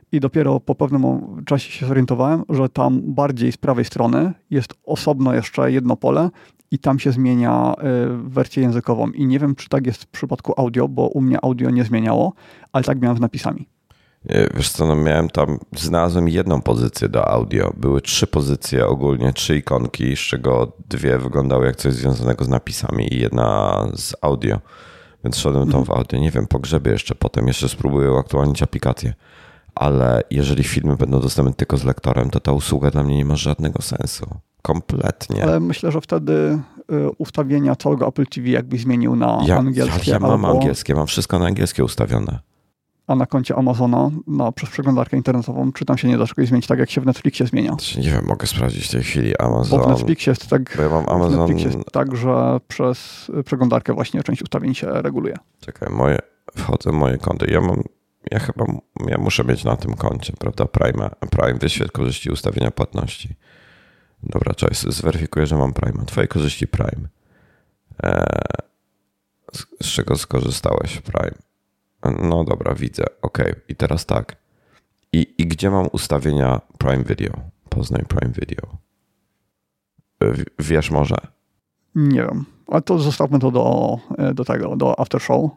Speaker 2: I dopiero po pewnym czasie się zorientowałem, że tam bardziej z prawej strony jest osobno jeszcze jedno pole i tam się zmienia wersję językową. I nie wiem, czy tak jest w przypadku audio, bo u mnie audio nie zmieniało, ale tak miałem z napisami.
Speaker 1: Wiesz co, no miałem tam, znalazłem jedną pozycję do audio. Były trzy pozycje, ogólnie trzy ikonki, z czego dwie wyglądały jak coś związanego z napisami i jedna z audio. Więc szedłem tam w audio. Nie wiem, pogrzebię jeszcze potem, jeszcze spróbuję uaktualnić aplikację. Ale jeżeli filmy będą dostępne tylko z lektorem, to ta usługa dla mnie nie ma żadnego sensu. Kompletnie.
Speaker 2: Ale myślę, że wtedy y, ustawienia całego Apple T V jakbyś zmienił na
Speaker 1: ja,
Speaker 2: angielskie.
Speaker 1: Ja, ja mam
Speaker 2: albo,
Speaker 1: angielskie, mam wszystko na angielskie ustawione.
Speaker 2: A na koncie Amazona na, przez przeglądarkę internetową, czy tam się nie da czegoś zmienić tak, jak się w Netflixie zmienia?
Speaker 1: Nie wiem, mogę sprawdzić w tej chwili Amazon.
Speaker 2: Bo w Netflixie jest tak,
Speaker 1: Bo ja mam Amazon...
Speaker 2: w Netflixie jest tak, że przez przeglądarkę właśnie część ustawień się reguluje.
Speaker 1: Czekaj, moje, wchodzę w moje konto. Ja mam, ja chyba, ja muszę mieć na tym koncie, prawda, Prime, Prime, wyświetl korzyści ustawienia płatności. Dobra, czekaj, zweryfikuję, że mam Prime. Twoje korzyści Prime. Eee, z, z czego skorzystałeś Prime? No dobra, widzę. Ok, i teraz tak. I, I gdzie mam ustawienia Prime Video? Poznaj Prime Video. W, wiesz może?
Speaker 2: Nie wiem, ale to zostawmy to do, do tego, do after show.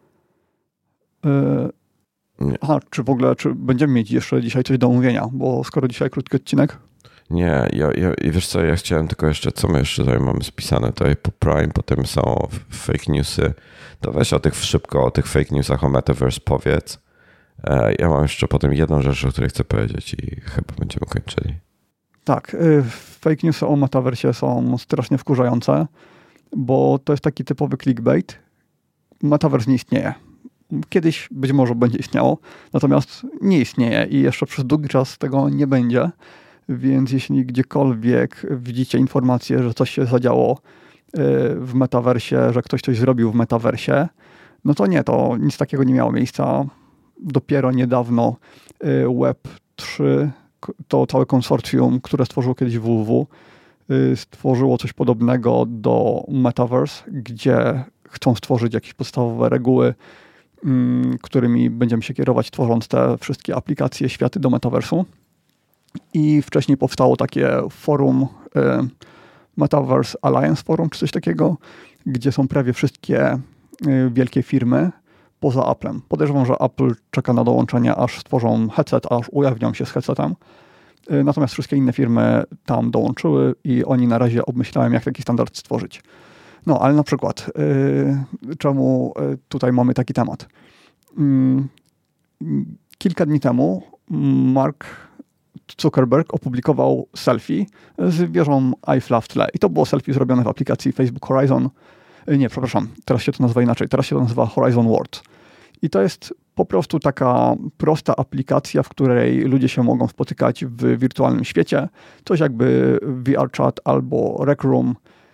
Speaker 2: Yy, aha, czy w ogóle, czy będziemy mieć jeszcze dzisiaj coś do omówienia? Bo skoro dzisiaj krótki odcinek.
Speaker 1: Nie, ja, ja, wiesz co, ja chciałem tylko jeszcze, co my jeszcze tutaj mamy spisane, tutaj po Prime, potem są fake newsy, to weź o tych szybko, o tych fake newsach o Metaverse powiedz. Ja mam jeszcze potem jedną rzecz, o której chcę powiedzieć i chyba będziemy kończyli.
Speaker 2: Tak, fake newsy o Metaversie są strasznie wkurzające, bo to jest taki typowy clickbait. Metaverse nie istnieje. Kiedyś być może będzie istniało, natomiast nie istnieje i jeszcze przez długi czas tego nie będzie. Więc jeśli gdziekolwiek widzicie informację, że coś się zadziało w metaversie, że ktoś coś zrobił w metaversie, no to nie, to nic takiego nie miało miejsca. Dopiero niedawno Web trzy, to całe konsorcjum, które stworzyło kiedyś W W, stworzyło coś podobnego do Metaverse, gdzie chcą stworzyć jakieś podstawowe reguły, którymi będziemy się kierować, tworząc te wszystkie aplikacje, światy do metaversu. I wcześniej powstało takie forum, y, Metaverse Alliance Forum, czy coś takiego, gdzie są prawie wszystkie y, wielkie firmy poza Applem. Podejrzewam, że Apple czeka na dołączenie, aż stworzą headset, aż ujawnią się z headsetem. Y, natomiast wszystkie inne firmy tam dołączyły i oni na razie obmyślają, jak taki standard stworzyć. No, ale na przykład, y, czemu tutaj mamy taki temat? Y, kilka dni temu Mark Zuckerberg opublikował selfie z wieżą Eiffla w tle. I to było selfie zrobione w aplikacji Facebook Horizon. Nie, przepraszam, teraz się to nazywa inaczej. Teraz się to nazywa Horizon World. I to jest po prostu taka prosta aplikacja, w której ludzie się mogą spotykać w wirtualnym świecie. Coś jakby V R Chat albo Rec Room.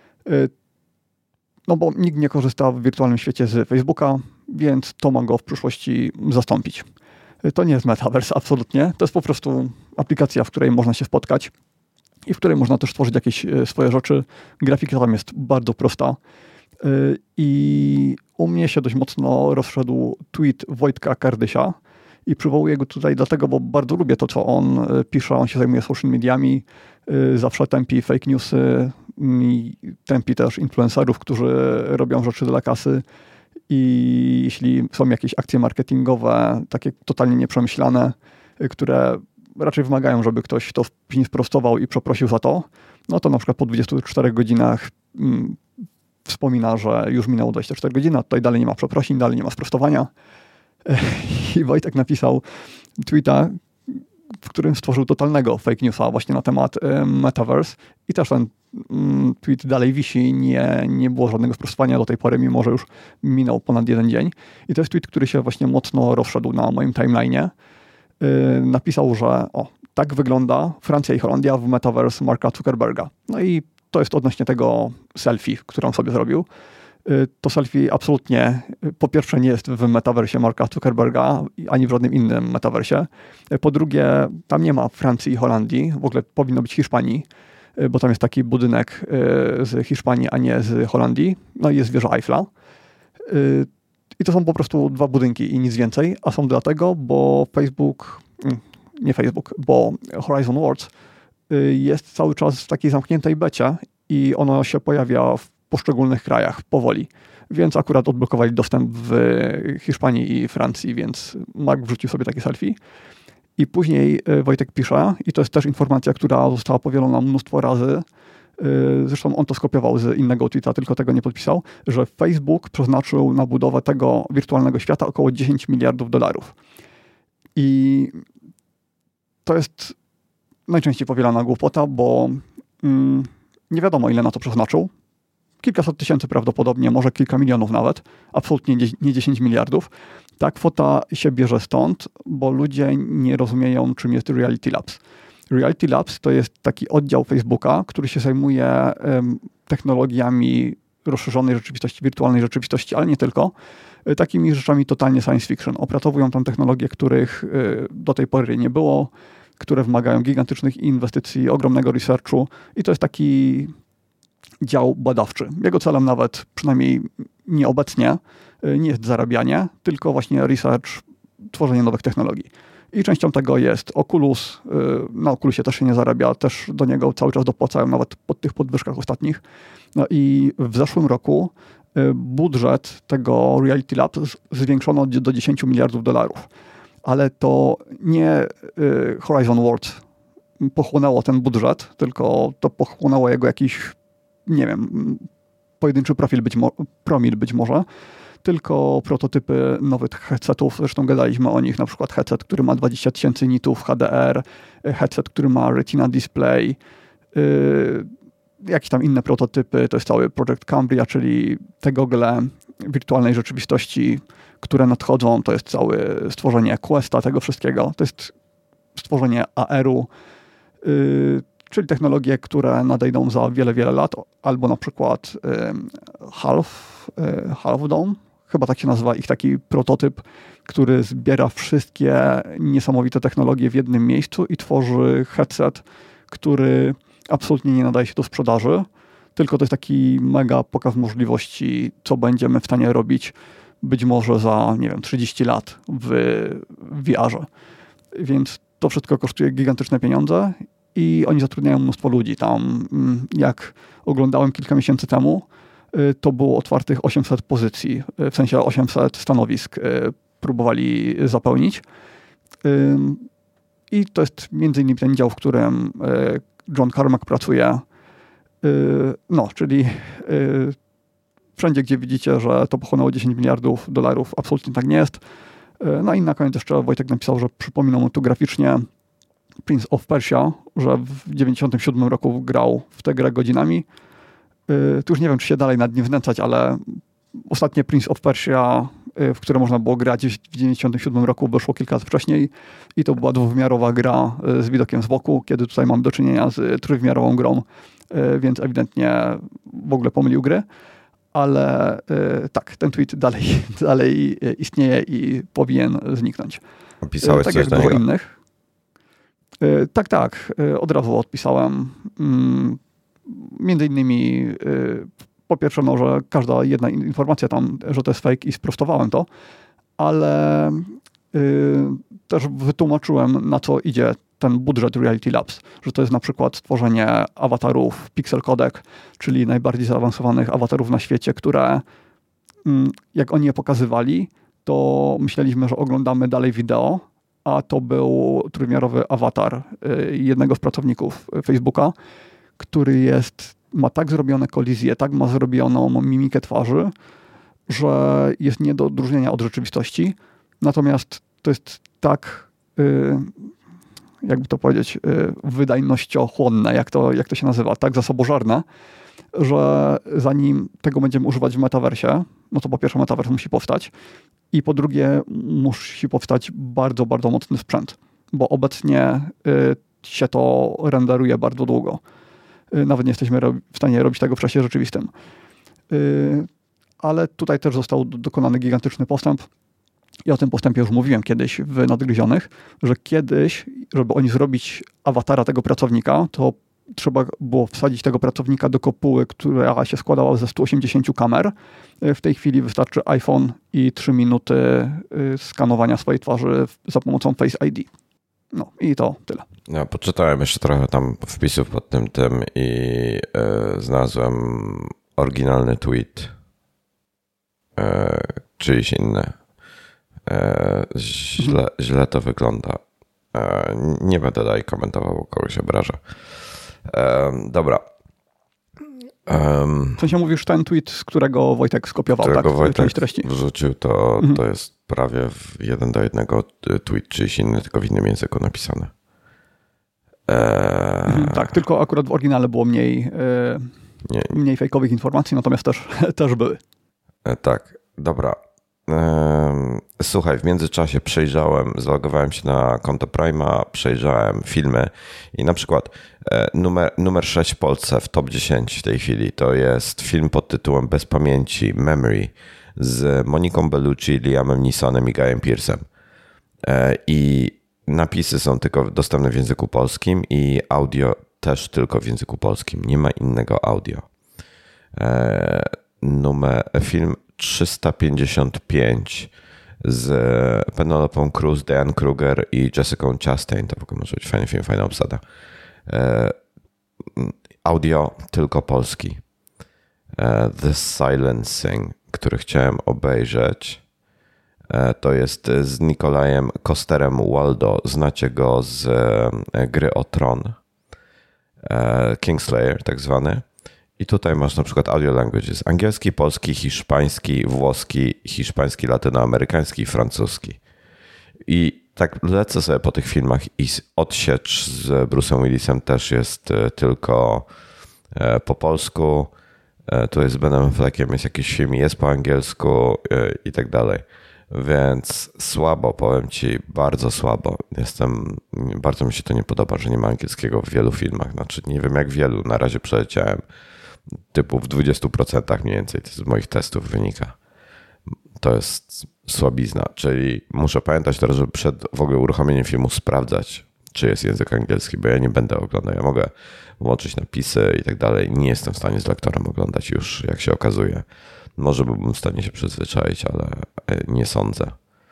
Speaker 2: No bo nikt nie korzysta w wirtualnym świecie z Facebooka, więc to ma go w przyszłości zastąpić. To nie jest Metaverse, absolutnie. To jest po prostu aplikacja, w której można się spotkać i w której można też tworzyć jakieś swoje rzeczy. Grafika tam jest bardzo prosta. I u mnie się dość mocno rozszedł tweet Wojtka Kardysia i przywołuję go tutaj dlatego, bo bardzo lubię to, co on pisze. On się zajmuje social mediami, zawsze tępi fake newsy i tępi też influencerów, którzy robią rzeczy dla kasy. I jeśli są jakieś akcje marketingowe, takie totalnie nieprzemyślane, które raczej wymagają, żeby ktoś to później sprostował i przeprosił za to, no to na przykład po dwudziestu czterech godzinach mm, wspomina, że już minęło dwadzieścia cztery godziny, a tutaj dalej nie ma przeprosin, dalej nie ma sprostowania. I Wojtek napisał tweeta, w którym stworzył totalnego fake newsa właśnie na temat y, Metaverse i też ten y, tweet dalej wisi, nie, nie było żadnego sprostowania do tej pory, mimo że już minął ponad jeden dzień. I to jest tweet, który się właśnie mocno rozszedł na moim timeline'ie. Y, napisał, że o, tak wygląda Francja i Holandia w Metaverse Marka Zuckerberga. No i to jest odnośnie tego selfie, którą sobie zrobił. To selfie absolutnie, po pierwsze, nie jest w metaversie Marka Zuckerberga, ani w żadnym innym metaversie. Po drugie, tam nie ma Francji i Holandii, w ogóle powinno być Hiszpanii, bo tam jest taki budynek z Hiszpanii, a nie z Holandii. No i jest wieża Eiffla. I to są po prostu dwa budynki i nic więcej, a są dlatego, bo Facebook, nie Facebook, bo Horizon Worlds jest cały czas w takiej zamkniętej becie i ono się pojawia w poszczególnych krajach powoli. Więc akurat odblokowali dostęp w Hiszpanii i Francji, więc Mark wrzucił sobie takie selfie. I później Wojtek pisze, i to jest też informacja, która została powielona mnóstwo razy, zresztą on to skopiował z innego tweeta, tylko tego nie podpisał, że Facebook przeznaczył na budowę tego wirtualnego świata około dziesięć miliardów dolarów. I to jest najczęściej powielana głupota, bo mm, nie wiadomo, ile na to przeznaczył. Kilkaset tysięcy prawdopodobnie, może kilka milionów nawet, absolutnie nie dziesięć miliardów. Ta kwota się bierze stąd, bo ludzie nie rozumieją, czym jest Reality Labs. Reality Labs to jest taki oddział Facebooka, który się zajmuje um, technologiami rozszerzonej rzeczywistości, wirtualnej rzeczywistości, ale nie tylko. Y, takimi rzeczami totalnie science fiction. Opracowują tam technologie, których y, do tej pory nie było, które wymagają gigantycznych inwestycji, ogromnego researchu i to jest taki dział badawczy. Jego celem nawet, przynajmniej nieobecnie, nie jest zarabianie, tylko właśnie research, tworzenie nowych technologii. I częścią tego jest Oculus. Na Oculusie też się nie zarabia, też do niego cały czas dopłacają, nawet po tych podwyżkach ostatnich. No i w zeszłym roku budżet tego Reality Labs zwiększono do dziesięć miliardów dolarów. Ale to nie Horizon Worlds pochłonęło ten budżet, tylko to pochłonęło jego jakiś, nie wiem, pojedynczy profil być mo- promil być może, tylko prototypy nowych headsetów, zresztą gadaliśmy o nich, na przykład headset, który ma dwadzieścia tysięcy nitów H D R, headset, który ma Retina Display, yy, jakieś tam inne prototypy, to jest cały Project Cambria, czyli te gogle wirtualnej rzeczywistości, które nadchodzą, to jest całe stworzenie Questa, tego wszystkiego, to jest stworzenie A R-u, yy, czyli technologie, które nadejdą za wiele, wiele lat, albo na przykład y, Half, y, Half Dome, chyba tak się nazywa ich taki prototyp, który zbiera wszystkie niesamowite technologie w jednym miejscu i tworzy headset, który absolutnie nie nadaje się do sprzedaży, tylko to jest taki mega pokaz możliwości, co będziemy w stanie robić być może za, nie wiem, trzydzieści lat w V R-ze. Więc to wszystko kosztuje gigantyczne pieniądze i oni zatrudniają mnóstwo ludzi. Tam, jak oglądałem kilka miesięcy temu, to było otwartych osiemset pozycji, w sensie osiemset stanowisk próbowali zapełnić. I to jest między innymi ten dział, w którym John Carmack pracuje. No, czyli wszędzie, gdzie widzicie, że to pochłonęło dziesięć miliardów dolarów, absolutnie tak nie jest. No i na koniec jeszcze Wojtek napisał, że przypomina mu tu graficznie Prince of Persia, że w dziewięćdziesiątym siódmym roku grał w tę grę godzinami. Tu już nie wiem, czy się dalej nad nim znęcać, ale ostatnie Prince of Persia, w które można było grać w dziewięćdziesiątym siódmym roku, wyszło kilka lat wcześniej i to była dwuwymiarowa gra z widokiem z boku, kiedy tutaj mam do czynienia z trójwymiarową grą, więc ewidentnie w ogóle pomylił gry. Ale tak, ten tweet dalej, dalej istnieje i powinien zniknąć.
Speaker 1: Opisałeś
Speaker 2: tak
Speaker 1: coś
Speaker 2: jak
Speaker 1: do
Speaker 2: dużo
Speaker 1: niego?
Speaker 2: innych. Tak, tak. Od razu odpisałem. Między innymi po pierwsze, no, że każda jedna informacja tam, że to jest fake i sprostowałem to, ale też wytłumaczyłem, na co idzie ten budżet Reality Labs, że to jest na przykład stworzenie awatarów Pixel Codec, czyli najbardziej zaawansowanych awatarów na świecie, które jak oni je pokazywali, to myśleliśmy, że oglądamy dalej wideo, a to był trójwymiarowy awatar jednego z pracowników Facebooka, który jest, ma tak zrobione kolizje, tak ma zrobioną mimikę twarzy, że jest nie do odróżnienia od rzeczywistości. Natomiast to jest tak, jakby to powiedzieć, wydajnościochłonne, jak to, jak to się nazywa, tak zasobożerne, że zanim tego będziemy używać w metaversie, no to po pierwsze metavers musi powstać i po drugie musi powstać bardzo, bardzo mocny sprzęt, bo obecnie y, się to renderuje bardzo długo. Y, nawet nie jesteśmy ro- w stanie robić tego w czasie rzeczywistym. Y, ale tutaj też został dokonany gigantyczny postęp. I o tym postępie już mówiłem kiedyś w Nadgryzionych, że kiedyś, żeby oni zrobić awatara tego pracownika, to trzeba było wsadzić tego pracownika do kopuły, która się składała ze stu osiemdziesięciu kamer. W tej chwili wystarczy iPhone i trzy minuty skanowania swojej twarzy za pomocą Face I D. No i to tyle.
Speaker 1: Ja poczytałem jeszcze trochę tam wpisów pod tym tym i e, znalazłem oryginalny tweet e, czyjś inny. E, źle, mhm. źle to wygląda. E, nie będę dalej komentował, bo kogoś obraża. E, dobra.
Speaker 2: Um, w sensie mówisz ten tweet, z którego Wojtek skopiował,
Speaker 1: którego
Speaker 2: tak?
Speaker 1: Wojtek treści. wrzucił, to, mhm. to jest prawie w jeden do jednego tweet czyjś inny, tylko w innym języku napisane. Eee...
Speaker 2: Mhm, tak, tylko akurat w oryginale było mniej, e, nie. mniej fejkowych informacji, natomiast też, też były.
Speaker 1: E, tak, dobra. E, słuchaj, w międzyczasie przejrzałem, zalogowałem się na konto Prime'a, przejrzałem filmy i na przykład e, numer, numer sześć w Polsce w top dziesięć w tej chwili to jest film pod tytułem Bez pamięci, Memory z Moniką Bellucci, Liamem Neesonem i Guyem Pearce'em. E, I napisy są tylko dostępne w języku polskim i audio też tylko w języku polskim. Nie ma innego audio. E, numer, film trzysta pięćdziesiąt pięć z Penelopą Cruz, Diane Kruger i Jessica Chastain. To w ogóle może być fajny film, fajna obsada. E, audio tylko polski. E, The Silencing, który chciałem obejrzeć. To jest z Nikolajem Kosterem Waldo. Znacie go z gry o Tron. Kingslayer tak zwany. I tutaj masz na przykład audio languages. Angielski, polski, hiszpański, włoski, hiszpański, latynoamerykański, francuski. I tak lecę sobie po tych filmach i odsiecz z Bruce'em Willisem też jest tylko po polsku. Tu jest z Benem Affleckiem, jest jakiś film, jest po angielsku i tak dalej. Więc słabo, powiem ci, bardzo słabo. Jestem, bardzo mi się to nie podoba, że nie ma angielskiego w wielu filmach. Znaczy nie wiem jak wielu, na razie przeleciałem typu w dwudziestu procentach mniej więcej z moich testów wynika. To jest słabizna, czyli muszę pamiętać teraz, żeby przed w ogóle uruchomieniem filmu sprawdzać, czy jest język angielski, bo ja nie będę oglądał. Ja mogę włączyć napisy i tak dalej. Nie jestem w stanie z lektorem oglądać już, jak się okazuje. Może byłbym w stanie się przyzwyczaić, ale nie sądzę.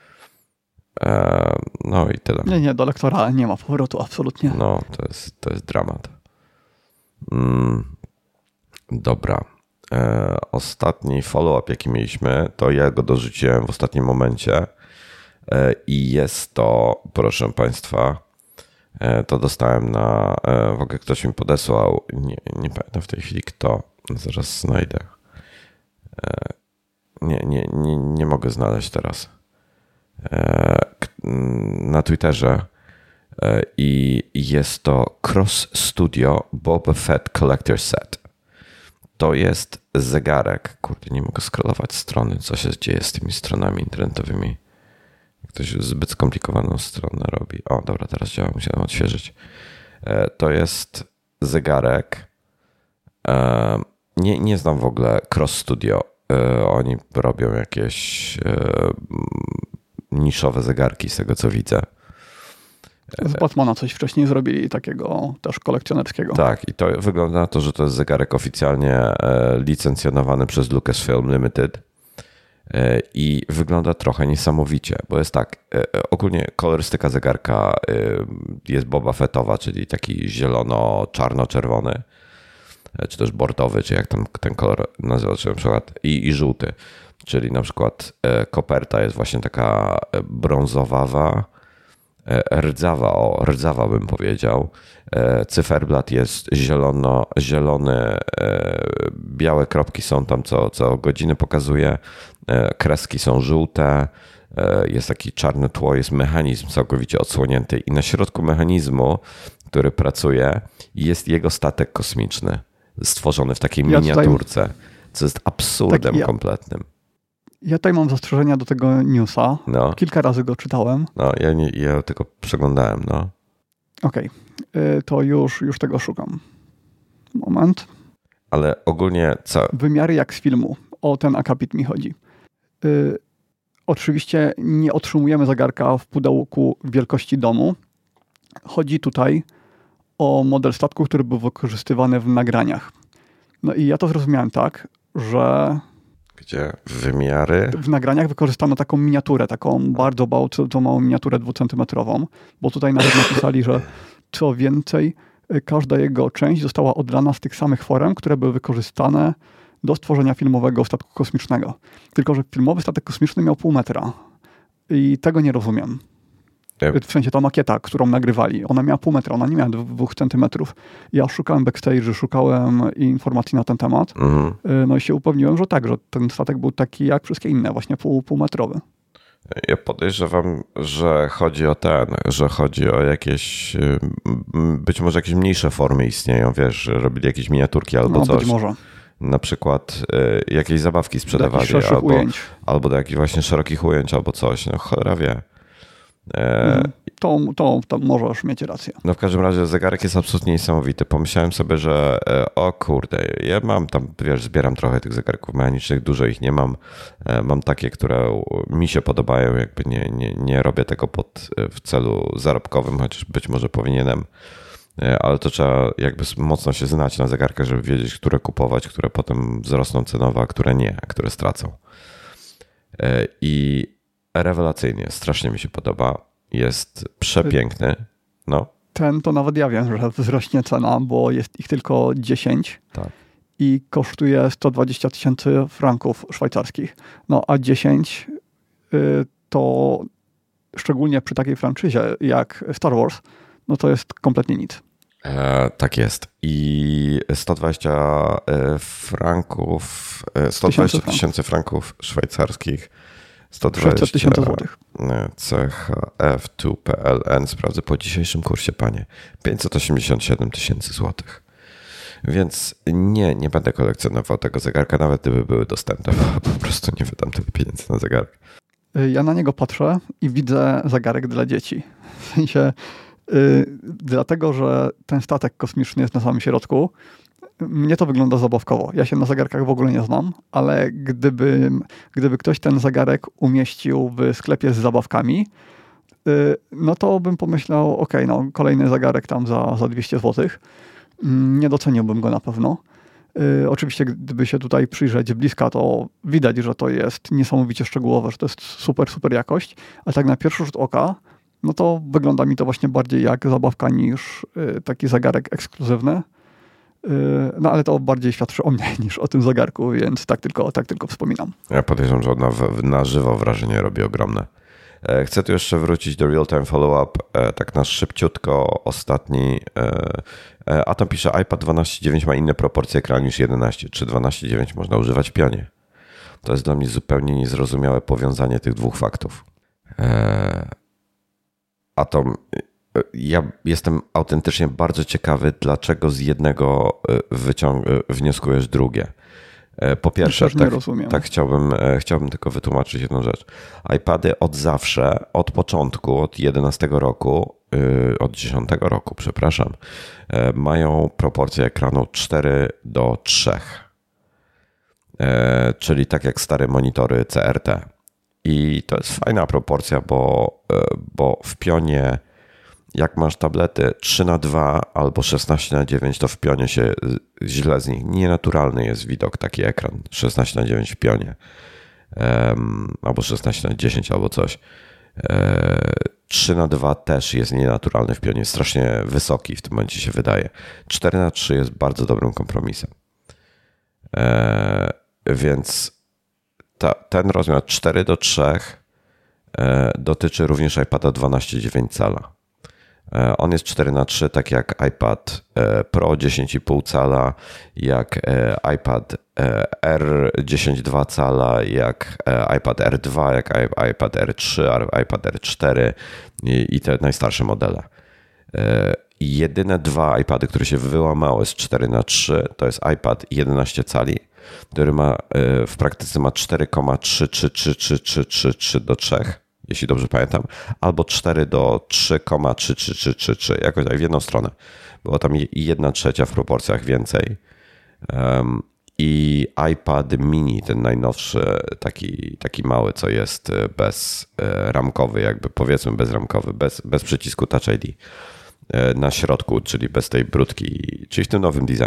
Speaker 1: No i tyle.
Speaker 2: Nie, nie, do lektora nie ma powrotu, absolutnie.
Speaker 1: No, to jest, to jest dramat. Mm, dobra. E, ostatni follow-up, jaki mieliśmy, to ja go dorzuciłem w ostatnim momencie e, i jest to, proszę Państwa, e, to dostałem na, e, w ogóle ktoś mi podesłał, nie, nie pamiętam w tej chwili kto, zaraz znajdę. Nie, nie, nie, nie mogę znaleźć teraz. Na Twitterze i jest to Cross Studio Boba Fett Collector Set. To jest zegarek. Kurde, nie mogę scrollować strony. Co się dzieje z tymi stronami internetowymi? Ktoś zbyt skomplikowaną stronę robi. O, dobra, teraz działa, musiałem odświeżyć. To jest zegarek. Nie, nie znam w ogóle Cross Studio. Oni robią jakieś niszowe zegarki z tego, co widzę.
Speaker 2: Z Batmana coś wcześniej zrobili takiego też kolekcjonerskiego.
Speaker 1: Tak, i to wygląda na to, że to jest zegarek oficjalnie licencjonowany przez Lucasfilm Limited i wygląda trochę niesamowicie, bo jest tak, ogólnie kolorystyka zegarka jest Boba Fettowa, czyli taki zielono-czarno-czerwony, czy też bordowy, czy jak tam ten kolor nazywa się na przykład, i, i żółty. Czyli na przykład koperta jest właśnie taka brązowawa, rdzawa, o rdzawa bym powiedział. Cyferblat jest zielono, zielony, białe kropki są tam co, co godziny pokazuje, kreski są żółte, jest taki czarne tło, jest mechanizm całkowicie odsłonięty i na środku mechanizmu, który pracuje, jest jego statek kosmiczny stworzony w takiej ja miniaturce, tutaj, co jest absurdem tak, ja, kompletnym.
Speaker 2: Ja tutaj mam zastrzeżenia do tego newsa. No. Kilka razy go czytałem.
Speaker 1: No, ja, nie, ja tylko przeglądałem, no.
Speaker 2: Okej, okay. To już, już tego szukam. Moment.
Speaker 1: Ale ogólnie co?
Speaker 2: Wymiary jak z filmu. O ten akapit mi chodzi. Yy, oczywiście nie otrzymujemy zegarka w pudełku wielkości domu. Chodzi tutaj o model statku, który był wykorzystywany w nagraniach. No i ja to zrozumiałem tak, że
Speaker 1: Gdzie? Wymiary?
Speaker 2: W nagraniach wykorzystano taką miniaturę, taką bardzo bardzo małą miniaturę dwucentymetrową, bo tutaj nawet napisali, że co więcej, każda jego część została odlana z tych samych forem, które były wykorzystane do stworzenia filmowego statku kosmicznego. Tylko że filmowy statek kosmiczny miał pół metra i tego nie rozumiem. W sensie ta makieta, którą nagrywali, ona miała pół metra, ona nie miała dwóch centymetrów. Ja szukałem backstage, szukałem informacji na ten temat, mhm. no i się upewniłem, że tak, że ten statek był taki jak wszystkie inne, właśnie pół, półmetrowy.
Speaker 1: Ja podejrzewam, że chodzi o ten, że chodzi o jakieś, być może jakieś mniejsze formy istnieją, wiesz, że robili jakieś miniaturki albo
Speaker 2: no,
Speaker 1: coś.
Speaker 2: Być może.
Speaker 1: Na przykład y, jakieś zabawki sprzedawali,
Speaker 2: do
Speaker 1: albo,
Speaker 2: ujęć.
Speaker 1: albo do jakichś właśnie szerokich ujęć, albo coś, no cholera wie.
Speaker 2: E, to, to, to możesz mieć rację.
Speaker 1: No w każdym razie zegarek jest absolutnie niesamowity. Pomyślałem sobie, że e, o kurde, ja mam tam, wiesz, zbieram trochę tych zegarków mechanicznych, dużo ich nie mam. E, mam takie, które mi się podobają, jakby nie, nie, nie robię tego pod, w celu zarobkowym, chociaż być może powinienem. E, ale to trzeba jakby mocno się znać na zegarkach, żeby wiedzieć, które kupować, które potem wzrosną cenowo, a które nie, a które stracą. E, I rewelacyjnie, strasznie mi się podoba. Jest przepiękny. No.
Speaker 2: Ten to nawet ja wiem, że wzrośnie cena, bo jest ich tylko dziesięć
Speaker 1: tak.
Speaker 2: i kosztuje sto dwadzieścia tysięcy franków szwajcarskich. No a dziesięć y, to szczególnie przy takiej franczyzie jak Star Wars, no to jest kompletnie nic.
Speaker 1: E, tak jest. I sto dwadzieścia franków, sto dwadzieścia tysięcy franków szwajcarskich, sto dwadzieścia
Speaker 2: tysięcy złotych.
Speaker 1: C H F tu P L N, sprawdzę po dzisiejszym kursie, panie. pięćset osiemdziesiąt siedem tysięcy złotych. Więc nie, nie będę kolekcjonował tego zegarka, nawet gdyby były dostępne, bo po prostu nie wydam tyle pieniędzy na zegarek.
Speaker 2: Ja na niego patrzę i widzę zegarek dla dzieci. W sensie, yy, dlatego, że ten statek kosmiczny jest na samym środku, mnie to wygląda zabawkowo. Ja się na zegarkach w ogóle nie znam, ale gdyby, gdyby ktoś ten zegarek umieścił w sklepie z zabawkami, yy, no to bym pomyślał, ok, no kolejny zegarek tam za, za dwieście złotych. Nie doceniłbym go na pewno. Yy, oczywiście, gdyby się tutaj przyjrzeć z bliska, to widać, że to jest niesamowicie szczegółowe, że to jest super, super jakość, ale tak na pierwszy rzut oka, no to wygląda mi to właśnie bardziej jak zabawka niż yy, taki zegarek ekskluzywny. Yy, no ale to bardziej świadczy o mnie niż o tym zegarku, więc tak tylko, tak tylko wspominam.
Speaker 1: Ja podejrzewam, że on na, na żywo wrażenie robi ogromne. Chcę tu jeszcze wrócić do real-time follow-up, tak na szybciutko, ostatni. A tam pisze, iPad dwanaście dziewięć ma inne proporcje ekranu niż jedenaście. Czy dwanaście dziewięć można używać w pionie? To jest dla mnie zupełnie niezrozumiałe powiązanie tych dwóch faktów. A to ja jestem autentycznie bardzo ciekawy, dlaczego z jednego wyciąg- wnioskujesz drugie. Po pierwsze, tak, tak chciałbym, chciałbym tylko wytłumaczyć jedną rzecz. iPady od zawsze, od początku, od jedenastego roku, od dziesiątego roku, przepraszam, mają proporcję ekranu cztery do trzech. Czyli tak jak stare monitory C R T. I to jest fajna proporcja, bo, bo w pionie jak masz tablety trzy na dwa albo szesnaście na dziewięć, to w pionie się źle z nich. Nienaturalny jest widok, taki ekran szesnaście na dziewięć w pionie. Um, albo szesnaście na dziesięć albo coś. E, trzy na dwa też jest nienaturalny w pionie. Strasznie wysoki w tym momencie się wydaje. cztery na trzy jest bardzo dobrym kompromisem. E, więc ta, ten rozmiar cztery do trzech e, dotyczy również iPada dwanaście przecinek dziewięć cala. On jest cztery na trzy, tak jak iPad Pro dziesięć i pół cala, jak iPad R dziesięć przecinek dwa cala, jak iPad R dwa, jak iPad R trzy, iPad R cztery i te najstarsze modele. Jedyne dwa iPady, które się wyłamały z cztery na trzy, to jest iPad jedenaście cali, który ma w praktyce ma cztery przecinek trzy trzy trzy trzy trzy trzy trzy do trzech. Jeśli dobrze pamiętam, albo cztery do trzy przecinek trzy trzy trzy trzy trzy, jakoś tak w jedną stronę. Było tam jedna trzecia w proporcjach więcej. Um, I iPad mini, ten najnowszy, taki, taki mały, co jest bezramkowy, jakby powiedzmy bezramkowy, bez, bez przycisku Touch I D na środku, czyli bez tej brudki, czyli w tym nowym designie.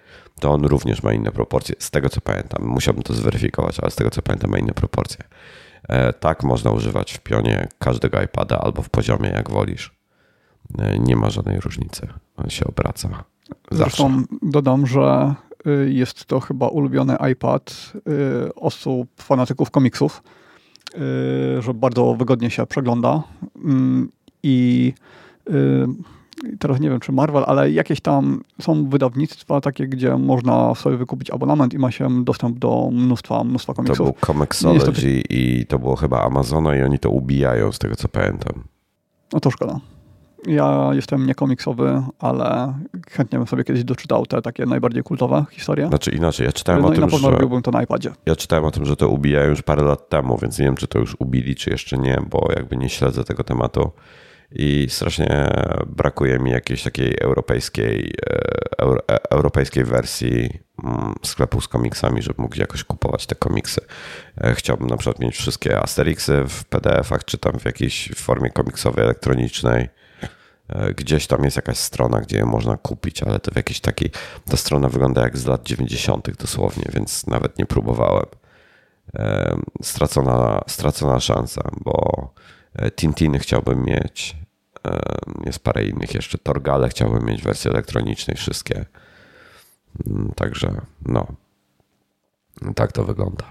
Speaker 1: to on również ma inne proporcje. Z tego co pamiętam, musiałbym to zweryfikować, ale z tego co pamiętam ma inne proporcje. Tak można używać w pionie każdego iPada albo w poziomie, jak wolisz. Nie ma żadnej różnicy. On się obraca zawsze.
Speaker 2: Zresztą dodam, że jest to chyba ulubiony iPad osób, fanatyków komiksów, że bardzo wygodnie się przegląda i teraz nie wiem, czy Marvel, ale jakieś tam są wydawnictwa takie, gdzie można sobie wykupić abonament i ma się dostęp do mnóstwa, mnóstwa komiksów.
Speaker 1: To był Comixology to... i to było chyba Amazona i oni to ubijają, z tego co pamiętam.
Speaker 2: No to szkoda. Ja jestem niekomiksowy, ale chętnie bym sobie kiedyś doczytał te takie najbardziej kultowe historie.
Speaker 1: Znaczy inaczej, ja czytałem
Speaker 2: no
Speaker 1: o tym,
Speaker 2: na pewno
Speaker 1: że...
Speaker 2: robiłbym to na iPadzie.
Speaker 1: Ja czytałem o tym, że to ubijają już parę lat temu, więc nie wiem, czy to już ubili, czy jeszcze nie, bo jakby nie śledzę tego tematu. I strasznie brakuje mi jakiejś takiej europejskiej, euro, europejskiej wersji sklepu z komiksami, żeby mógł jakoś kupować te komiksy. Chciałbym na przykład mieć wszystkie Asterixy w P D F-ach, czy tam w jakiejś formie komiksowej, elektronicznej. Gdzieś tam jest jakaś strona, gdzie je można kupić, ale to w jakiejś takiej... Ta strona wygląda jak z lat dziewięćdziesiątych dosłownie, więc nawet nie próbowałem. Stracona, stracona szansa, bo Tintiny chciałbym mieć. Jest parę innych jeszcze. Torgale chciałbym mieć w wersji elektronicznej wszystkie. Także no. Tak to wygląda.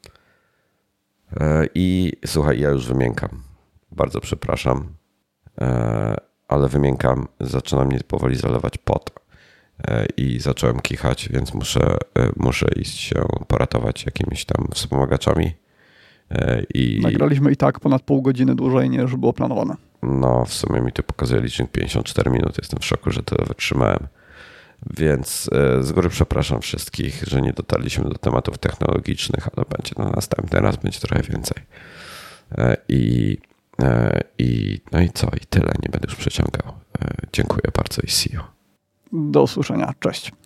Speaker 1: I słuchaj, ja już wymiękam. Bardzo przepraszam. Ale wymiękam. Zaczyna mnie powoli zalewać pot. I zacząłem kichać, więc muszę, muszę iść się poratować jakimiś tam wspomagaczami. I...
Speaker 2: Nagraliśmy i tak ponad pół godziny dłużej niż było planowane.
Speaker 1: No, w sumie mi to pokazuje licznik pięćdziesiąt cztery minuty. Jestem w szoku, że tyle wytrzymałem. Więc z góry przepraszam wszystkich, że nie dotarliśmy do tematów technologicznych, ale będzie na następny raz, będzie trochę więcej. I, i no i co? I tyle. Nie będę już przeciągał. Dziękuję bardzo i see you.
Speaker 2: Do usłyszenia. Cześć.